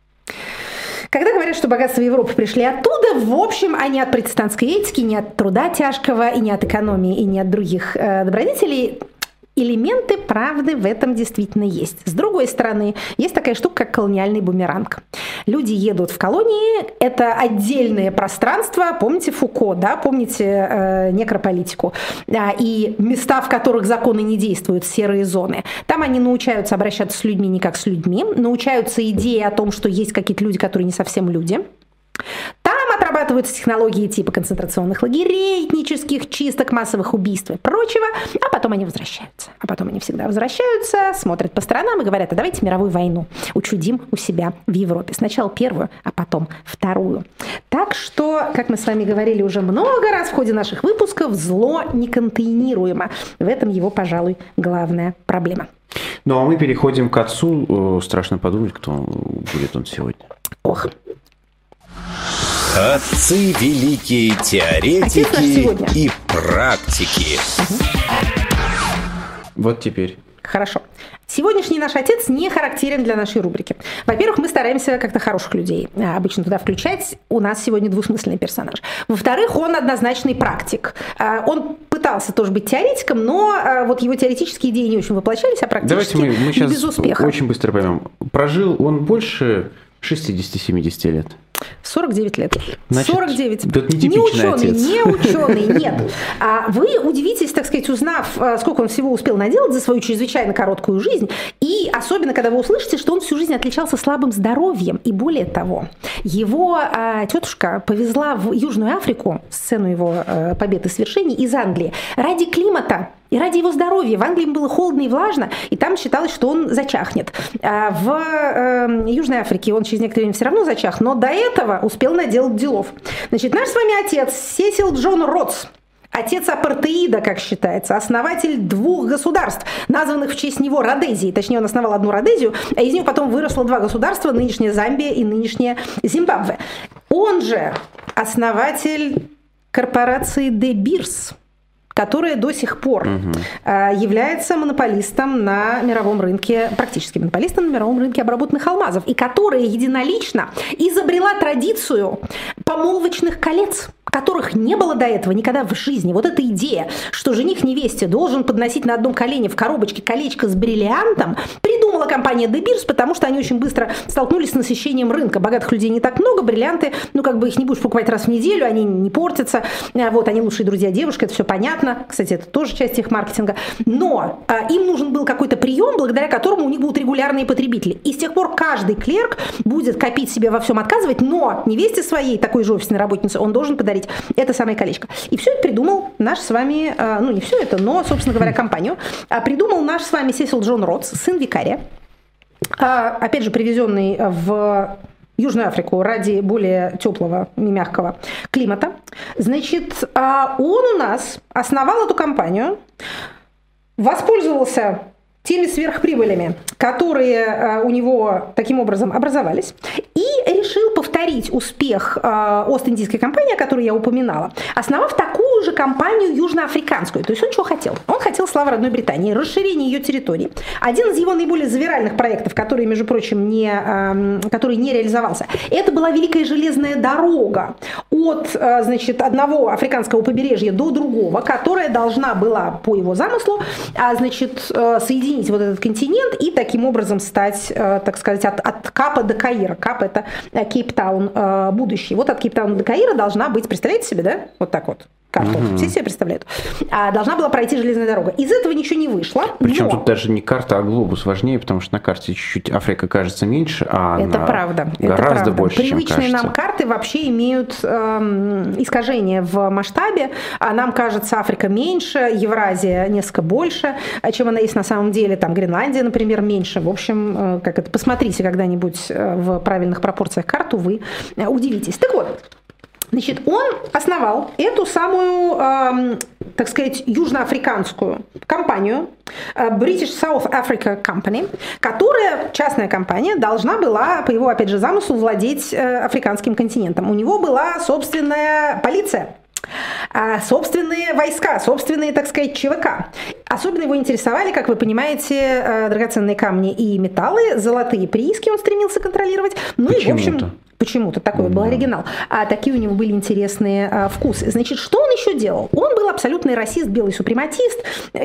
Когда говорят, что богатства Европы пришли оттуда, в общем, а не от протестантской этики, не от труда тяжкого, и не от экономии, и не от других добродетелей, элементы правды в этом действительно есть. С другой стороны, есть такая штука, как колониальный бумеранг. Люди едут в колонии, это отдельное пространство, помните Фуко, да, помните некрополитику, и места, в которых законы не действуют, серые зоны. Там они научаются обращаться с людьми не как с людьми, научаются идее о том, что есть какие-то люди, которые не совсем люди. Там отрабатываются технологии типа концентрационных лагерей, этнических чисток, массовых убийств и прочего, а потом они возвращаются. А потом они всегда возвращаются, смотрят по сторонам и говорят: а давайте мировую войну учудим у себя в Европе. Сначала первую, а потом вторую. Так что, как мы с вами говорили уже много раз в ходе наших выпусков, зло неконтейнируемо. В этом его, пожалуй, главная проблема. Ну, а мы переходим к отцу. Страшно подумать, кто будет он сегодня. Ох. Отцы великие теоретики и практики. Вот теперь. Хорошо. Сегодняшний наш отец не характерен для нашей рубрики. Во-первых, мы стараемся как-то хороших людей обычно туда включать. У нас сегодня двусмысленный персонаж. Во-вторых, он однозначный практик. Он пытался тоже быть теоретиком, но вот его теоретические идеи не очень воплощались, а практически давайте мы сейчас без успеха. Очень быстро поймем. Прожил он больше 60-70 лет? 49 лет. Значит, 49. Не ученый, нет. Вы удивитесь, так сказать, узнав, сколько он всего успел наделать за свою чрезвычайно короткую жизнь, и особенно, когда вы услышите, что он всю жизнь отличался слабым здоровьем, и более того, его тетушка повезла в Южную Африку, сцену его побед и свершений, из Англии, ради климата, И ради его здоровья. В Англии было холодно и влажно, и там считалось, что он зачахнет. В Южной Африке он через некоторое время все равно зачах, но до этого успел наделать делов. Значит, наш с вами отец Сесил Джон Ротс, отец апартеида, как считается, основатель 2 государств, названных в честь него Родезией. Точнее, он основал одну Родезию, а из нее потом выросло 2 государства, нынешняя Замбия и нынешняя Зимбабве. Он же основатель корпорации De Beers, которая до сих пор является монополистом на мировом рынке, практически монополистом на мировом рынке обработанных алмазов, и которая единолично изобрела традицию помолвочных колец, которых не было до этого никогда в жизни. Вот эта идея, что жених невесте должен подносить на одном колене в коробочке колечко с бриллиантом, придумала компания De Beers, потому что они очень быстро столкнулись с насыщением рынка. Богатых людей не так много, бриллианты, их не будешь покупать раз в неделю, они не портятся, вот, они лучшие друзья девушки, это все понятно. Кстати, это тоже часть их маркетинга. Но им нужен был какой-то прием, благодаря которому у них будут регулярные потребители. И с тех пор каждый клерк будет копить себе во всем отказывать, но невесте своей, такой же офисной работнице, он должен подарить это самое колечко. И все это придумал наш с вами, не все это, но, собственно говоря, компанию, придумал наш с вами Сесил Джон Ротс, сын викария, опять же, привезенный в Южную Африку ради более теплого и мягкого климата. Значит, он у нас основал эту компанию, воспользовался теми сверхприбылями, которые у него таким образом образовались, и решил повторить успех Ост-Индийской компании, о которой я упоминала, основав такую же компанию южноафриканскую. То есть он что хотел? Он хотел славы родной Британии, расширение ее территории. Один из его наиболее завиральных проектов, который, между прочим, не реализовался, это была Великая железная дорога от, значит, одного африканского побережья до другого, которая должна была, по его замыслу, значит, соединить вот этот континент и таким образом стать, так сказать, от Капа до Каира. Кап – это Кейптаун будущий. Вот от Кейптауна до Каира должна быть, представляете себе, да? Вот так вот. Карту. Все себе представляют. Должна была пройти железная дорога. Из этого ничего не вышло. Причем тут даже не карта, а глобус важнее, потому что на карте чуть-чуть Африка кажется меньше, а это правда. Гораздо больше, привычные чем кажется. Нам карты вообще имеют искажения в масштабе. Нам кажется, Африка меньше, Евразия несколько больше, чем она есть на самом деле. Там Гренландия, например, меньше. В общем, посмотрите когда-нибудь в правильных пропорциях карту, вы удивитесь. Так вот, значит, он основал эту самую, так сказать, южноафриканскую компанию, British South Africa Company, которая, частная компания, должна была, по его, опять же, замыслу, владеть африканским континентом. У него была собственная полиция, собственные войска, собственные, так сказать, ЧВК. Особенно его интересовали, как вы понимаете, драгоценные камни и металлы, золотые прииски он стремился контролировать. Ну и, в общем, почему-то такой был оригинал. Такие у него были интересные вкусы. Значит, что он еще делал? Он был абсолютный расист, белый супрематист.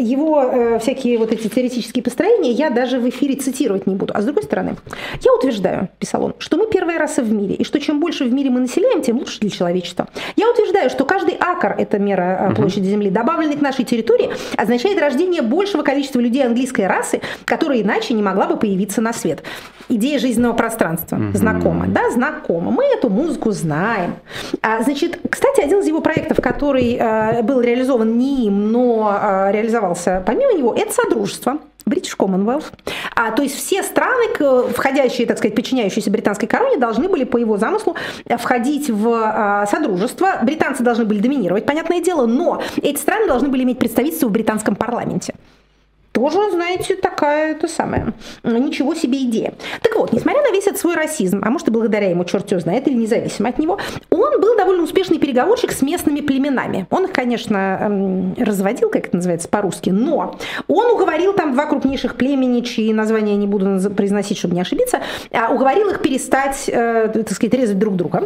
Его всякие вот эти теоретические построения я даже в эфире цитировать не буду. А с другой стороны, я утверждаю, писал он, что мы первая раса в мире, и что чем больше в мире мы населяем, тем лучше для человечества. Я утверждаю, что каждый акр, это мера площади Земли, добавленный к нашей территории, означает рождение большего количества людей английской расы, которая иначе не могла бы появиться на свет. Идея жизненного пространства. Знакома, да? Знакома. Мы эту музыку знаем. Значит, кстати, один из его проектов, который был реализован не им, но реализовался помимо него, это Содружество. British Commonwealth. То есть все страны, входящие, так сказать, подчиняющиеся британской короне, должны были по его замыслу входить в Содружество. Британцы должны были доминировать, понятное дело, но эти страны должны были иметь представительство в британском парламенте. Тоже, знаете, такая, то самое, ничего себе идея. Так вот, несмотря на весь этот свой расизм, а может и благодаря ему, черт его знает, или независимо от него, он был довольно успешный переговорщик с местными племенами. Он их, конечно, разводил, как это называется по-русски, но он уговорил там 2 крупнейших племени, чьи названия я не буду произносить, чтобы не ошибиться, уговорил их перестать, так сказать, резать друг друга,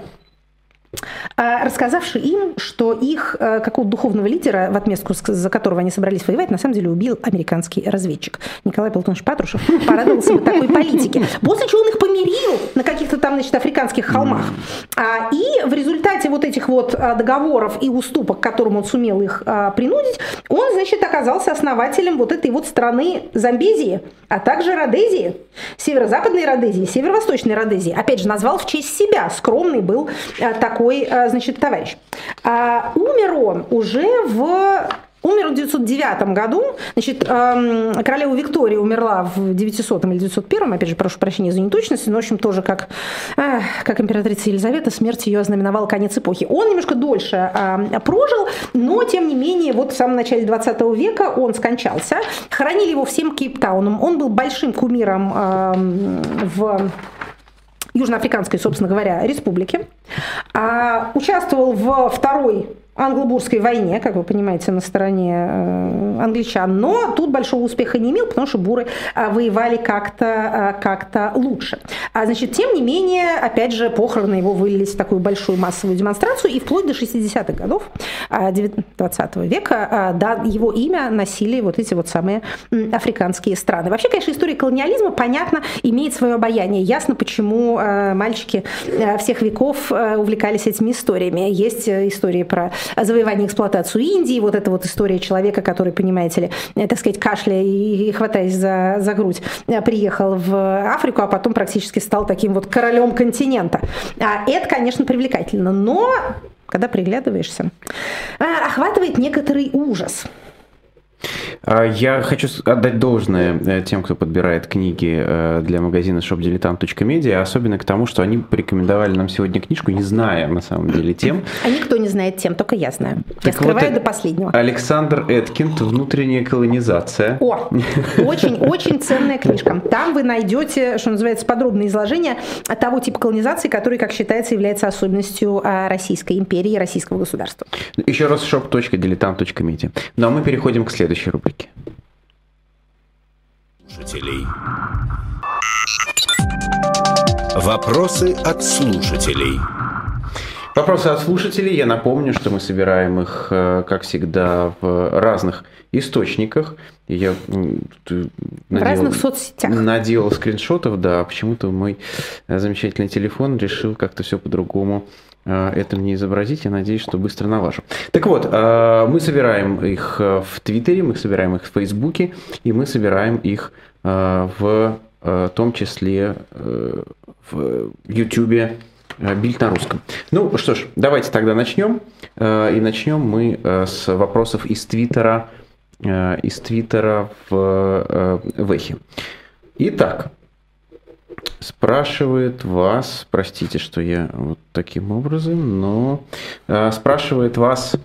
рассказавши им, что их какого-то духовного лидера, в отместку за которого они собрались воевать, на самом деле убил американский разведчик. Николай Платонович Патрушев порадовался вот такой политике. После чего он их помирил на каких-то там, значит, африканских холмах. И в результате вот этих вот договоров и уступок, к которым он сумел их принудить, он, значит, оказался основателем вот этой вот страны Замбезии, а также Родезии, северо-западной Родезии, северо-восточной Родезии. Опять же, назвал в честь себя. Скромный был такой, значит, товарищ. Умер он уже в Умер в 909 году. Значит, королева Виктория умерла в 900 или 901, опять же, прошу прощения за неточность, но, в общем, тоже как императрица Елизавета, смерть ее ознаменовала конец эпохи. Он немножко дольше прожил, но, тем не менее, вот в самом начале 20 века он скончался. Хоронили его всем Кейптауном. Он был большим кумиром в Южноафриканской, собственно говоря, республике. Участвовал в Второй англо-бурской войне, как вы понимаете, на стороне англичан, но тут большого успеха не имел, потому что буры воевали как-то лучше. Значит, тем не менее, опять же, похороны его вылились в такую большую массовую демонстрацию, и вплоть до 60-х годов 20 века его имя носили вот эти вот самые африканские страны. Вообще, конечно, история колониализма, понятно, имеет свое обаяние. Ясно, почему мальчики всех веков увлекались этими историями. Есть истории про завоевание и эксплуатацию Индии, вот эта вот история человека, который, понимаете ли, так сказать, кашляя и хватаясь за грудь, приехал в Африку, а потом практически стал таким вот королем континента. Это, конечно, привлекательно, но когда приглядываешься, охватывает некоторый ужас. Я хочу отдать должное тем, кто подбирает книги для магазина shopdilettant.media, особенно к тому, что они порекомендовали нам сегодня книжку, не зная на самом деле тем. А никто не знает тем, только я знаю. Я скрываю до последнего. Александр Эткинд «Внутренняя колонизация». Очень ценная книжка. Там вы найдете, что называется, подробное изложение того типа колонизации, который, как считается, является особенностью Российской империи, российского государства. Еще раз shop.dilettant.media. Ну а мы переходим к следующей рубрике. Вопросы от слушателей. Вопросы от слушателей. Я напомню, что мы собираем их, как всегда, в разных источниках. Я в разных соцсетях. Наделал скриншотов, да. Почему-то мой замечательный телефон решил как-то все по-другому это мне изобразить. Я надеюсь, что быстро налажу. Так вот, мы собираем их в Твиттере, мы собираем их в Фейсбуке, и мы собираем их в том числе в Ютубе «Бильд на русском». Ну что ж, давайте тогда начнем. И начнем мы с вопросов из Твиттера в Эхе. Итак, спрашивает вас, простите, что я вот таким образом, но спрашивает вас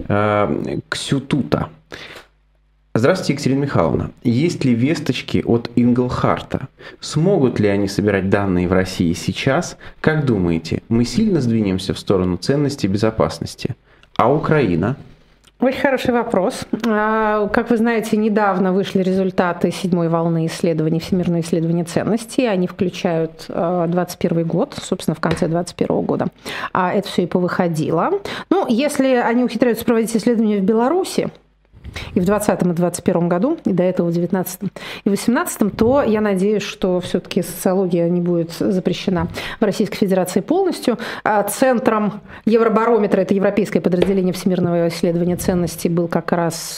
Ксютута. Здравствуйте, Екатерина Михайловна. Есть ли весточки от Инглхарта? Смогут ли они собирать данные в России сейчас? Как думаете, мы сильно сдвинемся в сторону ценности и безопасности? А Украина? Очень хороший вопрос. Как вы знаете, недавно вышли результаты 7-й волны исследований, всемирного исследования ценностей. Они включают 2021 год, собственно, в конце 2021 года. Это все и повыходило. Ну, если они ухитряются проводить исследования в Беларуси, и в 2020 и 2021 году, и до этого в 2019 и 2018, то я надеюсь, что все-таки социология не будет запрещена в Российской Федерации полностью. Центром Евробарометра, это европейское подразделение всемирного исследования ценностей, был как раз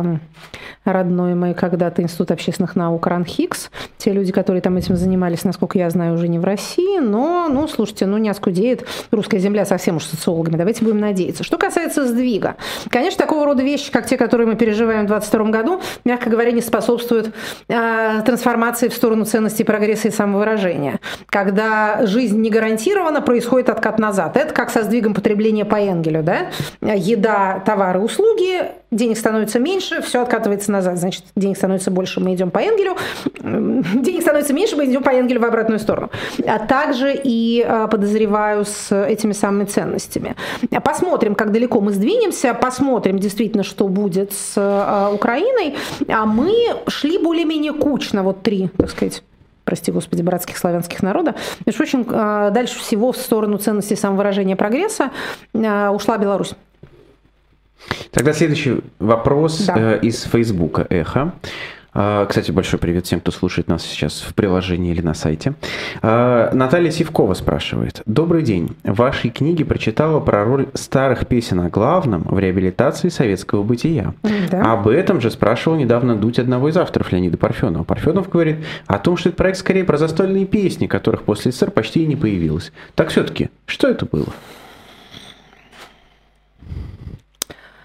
родной мой когда-то Институт общественных наук РАНХИКС. Те люди, которые там этим занимались, насколько я знаю, уже не в России, но, слушайте, не оскудеет русская земля совсем уж социологами. Давайте будем надеяться. Что касается сдвига, конечно, такого рода вещи, как те, которые мы переживаем в 2022 году, мягко говоря, не способствуют трансформации в сторону ценностей, прогресса и самовыражения. Когда жизнь не гарантирована, происходит откат назад. Это как со сдвигом потребления по Энгелю. Да? Еда, товары, услуги, денег становится меньше, все откатывается назад. Значит, денег становится больше, мы идем по Энгелю. Денег становится меньше, мы идем по Энгелю в обратную сторону. А также и, подозреваю, с этими самыми ценностями. Посмотрим, как далеко мы сдвинемся, посмотрим действительно, что будет с Украиной. А мы шли более-менее кучно, вот 3, так сказать, прости господи, братских славянских народа. Между прочим, дальше всего в сторону ценностей самовыражения прогресса ушла Беларусь. Тогда следующий вопрос из Фейсбука «Эхо». Кстати, большой привет всем, кто слушает нас сейчас в приложении или на сайте. Наталья Сивкова спрашивает. Добрый день. В вашей книге прочитала про роль старых песен о главном в реабилитации советского бытия. Да. Об этом же спрашивал недавно дудь одного из авторов Леонида Парфенова. Парфенов говорит о том, что этот проект скорее про застольные песни, которых после СССР почти и не появилось. Так все-таки, что это было?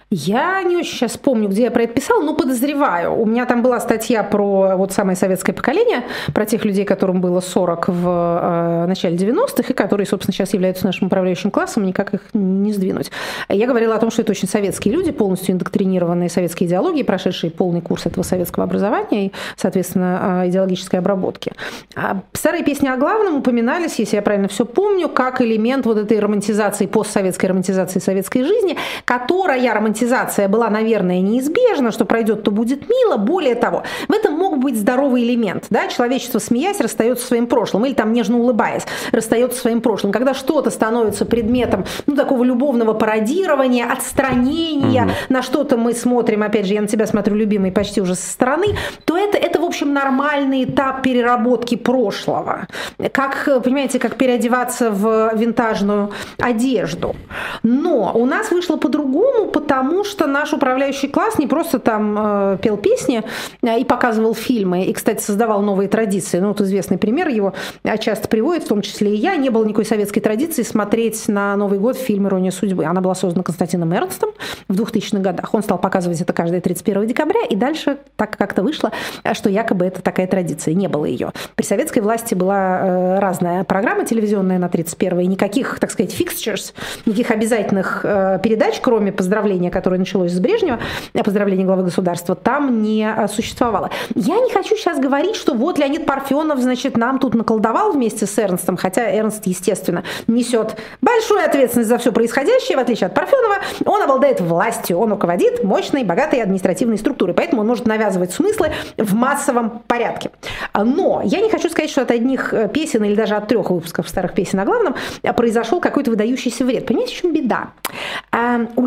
Я не очень сейчас помню, где я про это писала, но подозреваю. У меня там была статья про вот самое советское поколение, про тех людей, которым было 40 в начале 90-х, и которые, собственно, сейчас являются нашим управляющим классом, никак их не сдвинуть. Я говорила о том, что это очень советские люди, полностью индоктринированные советской идеологией, прошедшие полный курс этого советского образования и, соответственно, идеологической обработки. Старые песни о главном упоминались, если я правильно все помню, как элемент вот этой романтизации, постсоветской романтизации советской жизни, которая романтизация была, наверное, неизбежна, что пройдет, то будет мило. Более того, в этом мог быть здоровый элемент. Да? Человечество, смеясь, расстается со своим прошлым, или там нежно улыбаясь, расстается со своим прошлым. Когда что-то становится предметом такого любовного пародирования, отстранения, на что-то мы смотрим, опять же, я на тебя смотрю, любимый, почти уже со стороны, то это в общем, нормальный этап переработки прошлого. Как, понимаете, как переодеваться в винтажную одежду. Но у нас вышло по-другому, потому что наш управляющий класс не просто там пел песни и показывал фильмы, и, кстати, создавал новые традиции. Вот известный пример его часто приводит, в том числе и я. Не было никакой советской традиции смотреть на Новый год фильм «Ирония судьбы». Она была создана Константином Эрнстом в 2000-х годах. Он стал показывать это каждое 31 декабря, и дальше так как-то вышло, что якобы это такая традиция. Не было ее. При советской власти была разная программа телевизионная на 31 и никаких, так сказать, fixtures, никаких обязательных передач, кроме поздравления, которое началось с Брежнева, поздравление главы государства, там не существовало. Я не хочу сейчас говорить, что вот Леонид Парфенов, значит, нам тут наколдовал вместе с Эрнстом, хотя Эрнст, естественно, несет большую ответственность за все происходящее, в отличие от Парфенова, он обладает властью, он руководит мощной, богатой административной структурой, поэтому он может навязывать смыслы в массовом порядке. Но я не хочу сказать, что от одних песен или даже от 3 выпусков старых песен о главном произошел какой-то выдающийся вред. Понимаете, в чем беда? У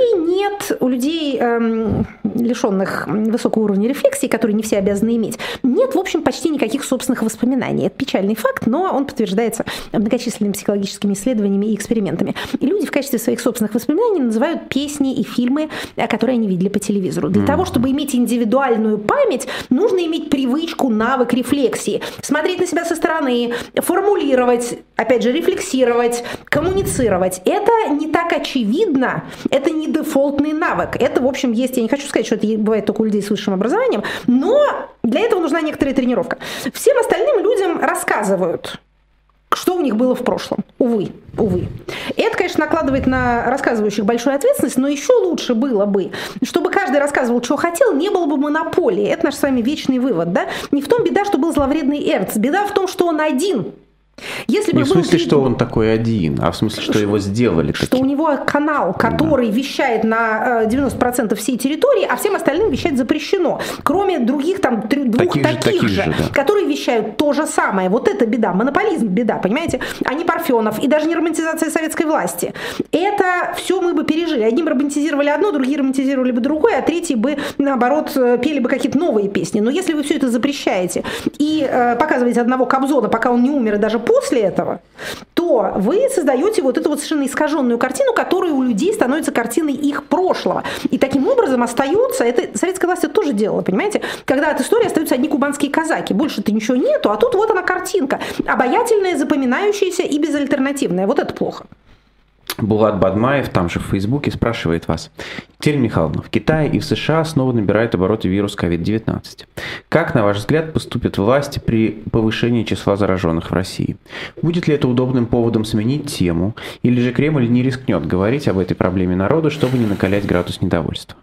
людей, лишенных высокого уровня рефлексии, которые не все обязаны иметь, нет, в общем, почти никаких собственных воспоминаний. Это печальный факт, но он подтверждается многочисленными психологическими исследованиями и экспериментами. И люди в качестве своих собственных воспоминаний называют песни и фильмы, которые они видели по телевизору. Для того, чтобы иметь индивидуальную память, нужно иметь привычку, навык рефлексии. Смотреть на себя со стороны, формулировать, опять же, рефлексировать, коммуницировать. Это не так очевидно, это не дефолтный навык. Это, в общем, есть, я не хочу сказать, что это бывает только у людей с высшим образованием, но для этого нужна некоторая тренировка. Всем остальным людям рассказывают, что у них было в прошлом. Увы. Это, конечно, накладывает на рассказывающих большую ответственность, но еще лучше было бы, чтобы каждый рассказывал, что хотел, не было бы монополии. Это наш с вами вечный вывод. Да? Не в том беда, что был зловредный Эрнст. Беда в том, что он один. Если бы не в смысле, что он такой один, а в смысле, что его сделали таким. Что у него канал, который вещает на 90% всей территории, а всем остальным вещать запрещено. Кроме других, там, двух таких же, которые вещают то же самое. Вот это беда, монополизм беда, понимаете? А не Парфенов и даже не романтизация советской власти. Это все мы бы пережили. Одним романтизировали одно, другие романтизировали бы другое, а третьи бы, наоборот, пели бы какие-то новые песни. Но если вы все это запрещаете и показываете одного Кобзона, пока он не умер, и даже после этого, то вы создаете вот эту вот совершенно искаженную картину, которая у людей становится картиной их прошлого. И таким образом остаются, это советская власть это тоже делала, понимаете, когда от истории остаются одни кубанские казаки, больше-то ничего нету, а тут вот она картинка, обаятельная, запоминающаяся и безальтернативная. Вот это плохо. Булат Бадмаев, там же в Фейсбуке, спрашивает вас. Екатерина Михайловна, в Китае и в США снова набирает обороты вирус COVID-19. Как, на ваш взгляд, поступят власти при повышении числа зараженных в России? Будет ли это удобным поводом сменить тему, или же Кремль не рискнет говорить об этой проблеме народу, чтобы не накалять градус недовольства?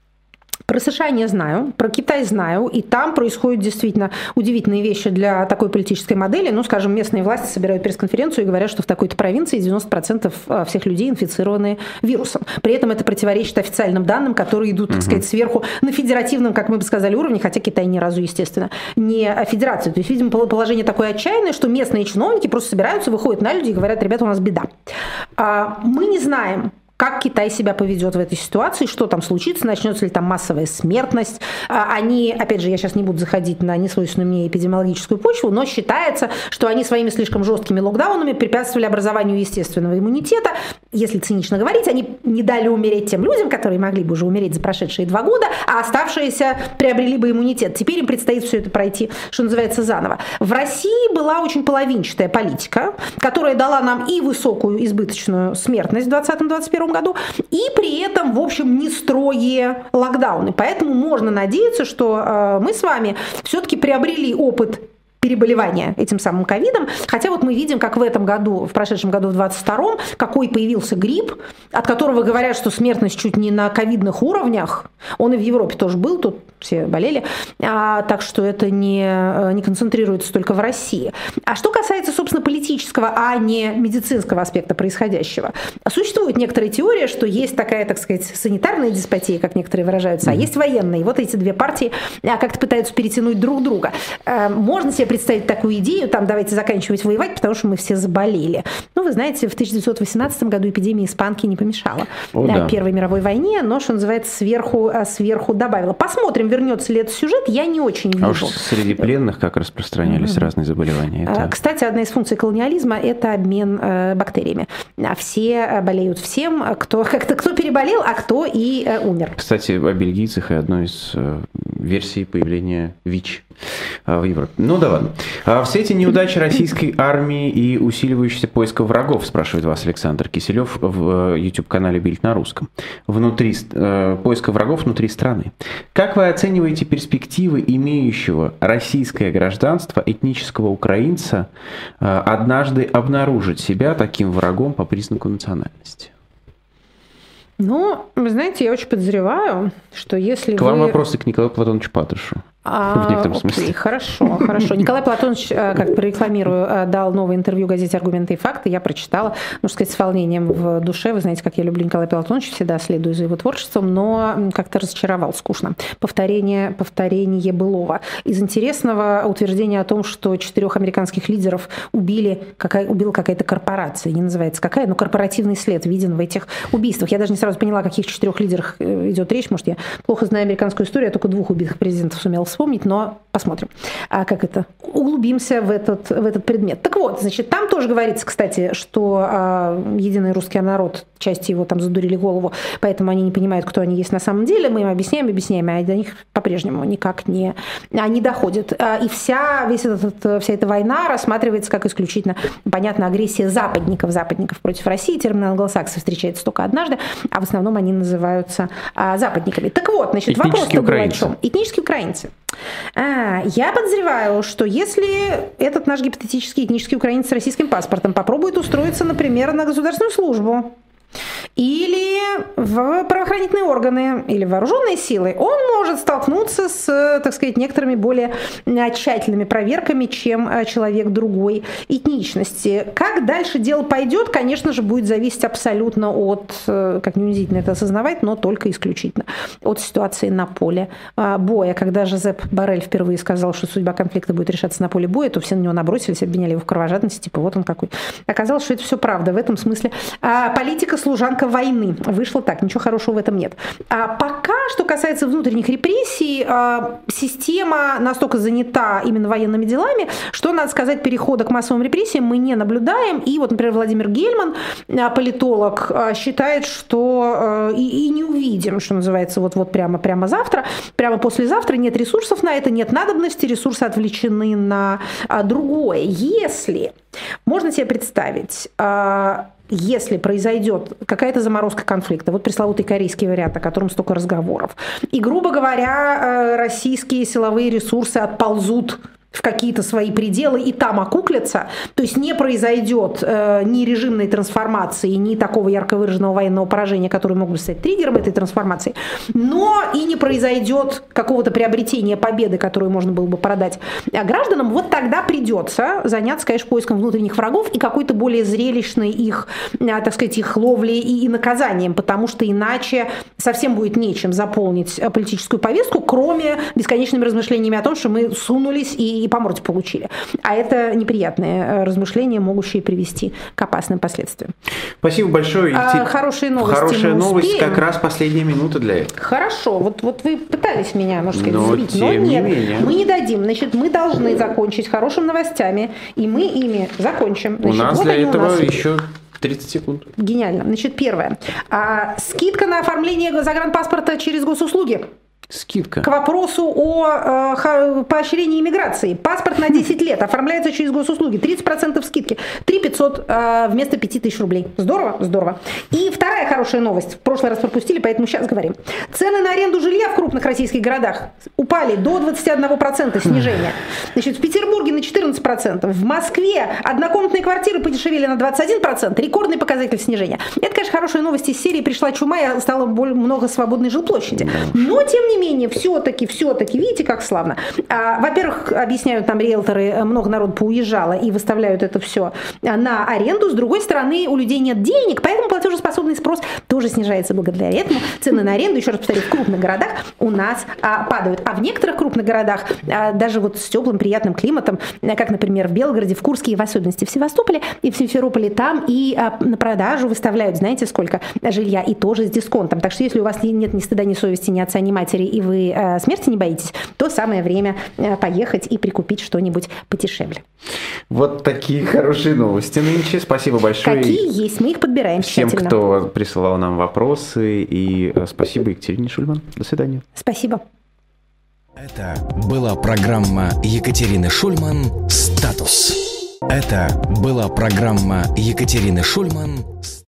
Про США не знаю, про Китай знаю, и там происходят действительно удивительные вещи для такой политической модели. Ну, скажем, местные власти собирают пресс-конференцию и говорят, что в такой-то провинции 90% всех людей инфицированы вирусом. При этом это противоречит официальным данным, которые идут, так сказать, сверху на федеративном, как мы бы сказали, уровне, хотя Китай ни разу, естественно, не федерация. То есть, видимо, положение такое отчаянное, что местные чиновники просто собираются, выходят на людей и говорят: ребята, у нас беда. Мы не знаем, как Китай себя поведет в этой ситуации, что там случится, начнется ли там массовая смертность. Они, опять же, я сейчас не буду заходить на несвойственную мне эпидемиологическую почву, но считается, что они своими слишком жесткими локдаунами препятствовали образованию естественного иммунитета. Если цинично говорить, они не дали умереть тем людям, которые могли бы уже умереть за прошедшие 2 года, а оставшиеся приобрели бы иммунитет. Теперь им предстоит все это пройти, что называется, заново. В России была очень половинчатая политика, которая дала нам и высокую избыточную смертность в 2020-2021 2021 году, и при этом, в общем, не строгие локдауны. Поэтому можно надеяться, что мы с вами все-таки приобрели опыт переболевания этим самым ковидом. Хотя вот мы видим, как в этом году, в прошедшем году, в 22-м, какой появился грипп, от которого говорят, что смертность чуть не на ковидных уровнях. Он и в Европе тоже был, тут все болели. Так что это не концентрируется только в России. А что касается, собственно, политического, а не медицинского аспекта происходящего, существует некоторая теория, что есть такая, так сказать, санитарная деспотия, как некоторые выражаются, а есть военная. И вот эти две партии как-то пытаются перетянуть друг друга. Можно себе представить такую идею, там, давайте заканчивать воевать, потому что мы все заболели. Ну, вы знаете, в 1918 году эпидемия испанки не помешала Первой мировой войне, но, что называется, сверху добавила. Посмотрим, вернется ли этот сюжет, я не очень вижу. А уж среди пленных как распространялись разные заболевания. Кстати, одна из функций колониализма – это обмен бактериями. Все болеют всем, кто переболел, а кто и умер. Кстати, о бельгийцах и одной из версий появления ВИЧ в Европе. Ну да ладно. В свете неудачи российской армии и усиливающихся поиска врагов, спрашивает вас Александр Киселев в YouTube-канале «Бильд на русском». Поиска врагов внутри страны. Как вы оцениваете перспективы имеющего российское гражданство этнического украинца однажды обнаружить себя таким врагом по признаку национальности? Ну, вы знаете, я очень подозреваю, что если К вам вопросы к Николаю Платоновичу Патрушеву. В некотором смысле. Хорошо. Николай Платонович, как прорекламирую, дал новое интервью газете «Аргументы и факты». Я прочитала, нужно сказать, с волнением в душе. Вы знаете, как я люблю Николая Платоновича, всегда следую за его творчеством, но как-то разочаровал, скучно. Повторение былого. Из интересного утверждения о том, что 4 американских лидеров убила какая-то корпорация. Не называется какая, но корпоративный след виден в этих убийствах. Я даже не сразу поняла, о каких 4 лидерах идет речь. Может, я плохо знаю американскую историю, я только 2 убитых президентов сумела вспомнить, но посмотрим, углубимся в этот предмет. Так вот, значит, там тоже говорится, кстати, что единый русский народ, части его там задурили голову, поэтому они не понимают, кто они есть на самом деле. Мы им объясняем, а до них по-прежнему никак не доходит. И вся эта война рассматривается как исключительно, понятно, агрессия западников против России. Термин англосаксов встречается только однажды, а в основном они называются западниками. Так вот, значит, вопрос-то был о чем? Этнические украинцы. Я подозреваю, что если этот наш гипотетический этнический украинец с российским паспортом попробует устроиться, например, на государственную службу или в правоохранительные органы, или в вооруженные силы, он может столкнуться с, так сказать, некоторыми более тщательными проверками, чем человек другой этничности. Как дальше дело пойдет, конечно же, будет зависеть абсолютно от, как не унизительно это осознавать, но только исключительно от ситуации на поле боя. Когда Жозеп Боррель впервые сказал, что судьба конфликта будет решаться на поле боя, то все на него набросились, обвиняли его в кровожадности, типа вот он какой. Оказалось, что это все правда. В этом смысле политика служанка войны. Вышло так, ничего хорошего в этом нет. Пока, что касается внутренних репрессий, система настолько занята именно военными делами, что, надо сказать, перехода к массовым репрессиям мы не наблюдаем. И вот, например, Владимир Гельман, политолог, считает, что и не увидим, что называется, вот прямо завтра, прямо послезавтра нет ресурсов на это, нет надобности, ресурсы отвлечены на другое. Если, можно себе представить, если произойдет какая-то заморозка конфликта, вот пресловутый корейский вариант, о котором столько разговоров, и, грубо говоря, российские силовые ресурсы отползут в какие-то свои пределы и там окуклятся, то есть не произойдет ни режимной трансформации, ни такого ярко выраженного военного поражения, который мог бы стать триггером этой трансформации, но и не произойдет какого-то приобретения победы, которую можно было бы продать гражданам, вот тогда придется заняться, конечно, поиском внутренних врагов и какой-то более зрелищной их, так сказать, их ловлей и наказанием, потому что иначе совсем будет нечем заполнить политическую повестку, кроме бесконечными размышлениями о том, что мы сунулись и по морде получили. А это неприятные размышления, могущие привести к опасным последствиям. Спасибо большое. Хорошие новости. Хорошая новость, как раз последняя минута для этого. Хорошо. Вот вы пытались меня, можно сказать, сбить, но нет. Мы не дадим. Значит, мы должны закончить хорошими новостями, и мы ими закончим. Значит, у нас вот для этого еще 30 секунд. Гениально. Значит, первое. Скидка на оформление загранпаспорта через госуслуги. Скидка. К вопросу о поощрении иммиграции. Паспорт на 10 лет оформляется через госуслуги. 30% скидки. 3 500 вместо 5000 рублей. Здорово? Здорово. И вторая хорошая новость. В прошлый раз пропустили, поэтому сейчас говорим. Цены на аренду жилья в крупных российских городах упали до 21% снижения. Значит, в Петербурге на 14%. В Москве однокомнатные квартиры подешевели на 21%. Рекордный показатель снижения. Это, конечно, хорошая новость из серии. Пришла чума и стало много свободной жилплощади. Но, тем не менее, все-таки, видите, как славно. Во-первых, объясняют нам риэлторы, много народу поуезжало и выставляют это все на аренду. С другой стороны, у людей нет денег, поэтому платежеспособный спрос тоже снижается благодаря этому. Цены на аренду, еще раз повторю, в крупных городах у нас падают. А в некоторых крупных городах, даже вот с теплым, приятным климатом, как, например, в Белгороде, в Курске и в особенности в Севастополе и в Симферополе, там и на продажу выставляют, знаете, сколько жилья, и тоже с дисконтом. Так что если у вас нет ни стыда, ни совести, ни отца, ни матери, и вы смерти не боитесь, то самое время поехать и прикупить что-нибудь подешевле. Вот такие хорошие новости нынче. Спасибо большое. Какие есть, мы их подбираем всем, тщательно. кто присылал нам вопросы. И спасибо Екатерине Шульман. До свидания. Спасибо. Это была программа Екатерины Шульман «Статус». Это была программа Екатерины Шульман «Статус».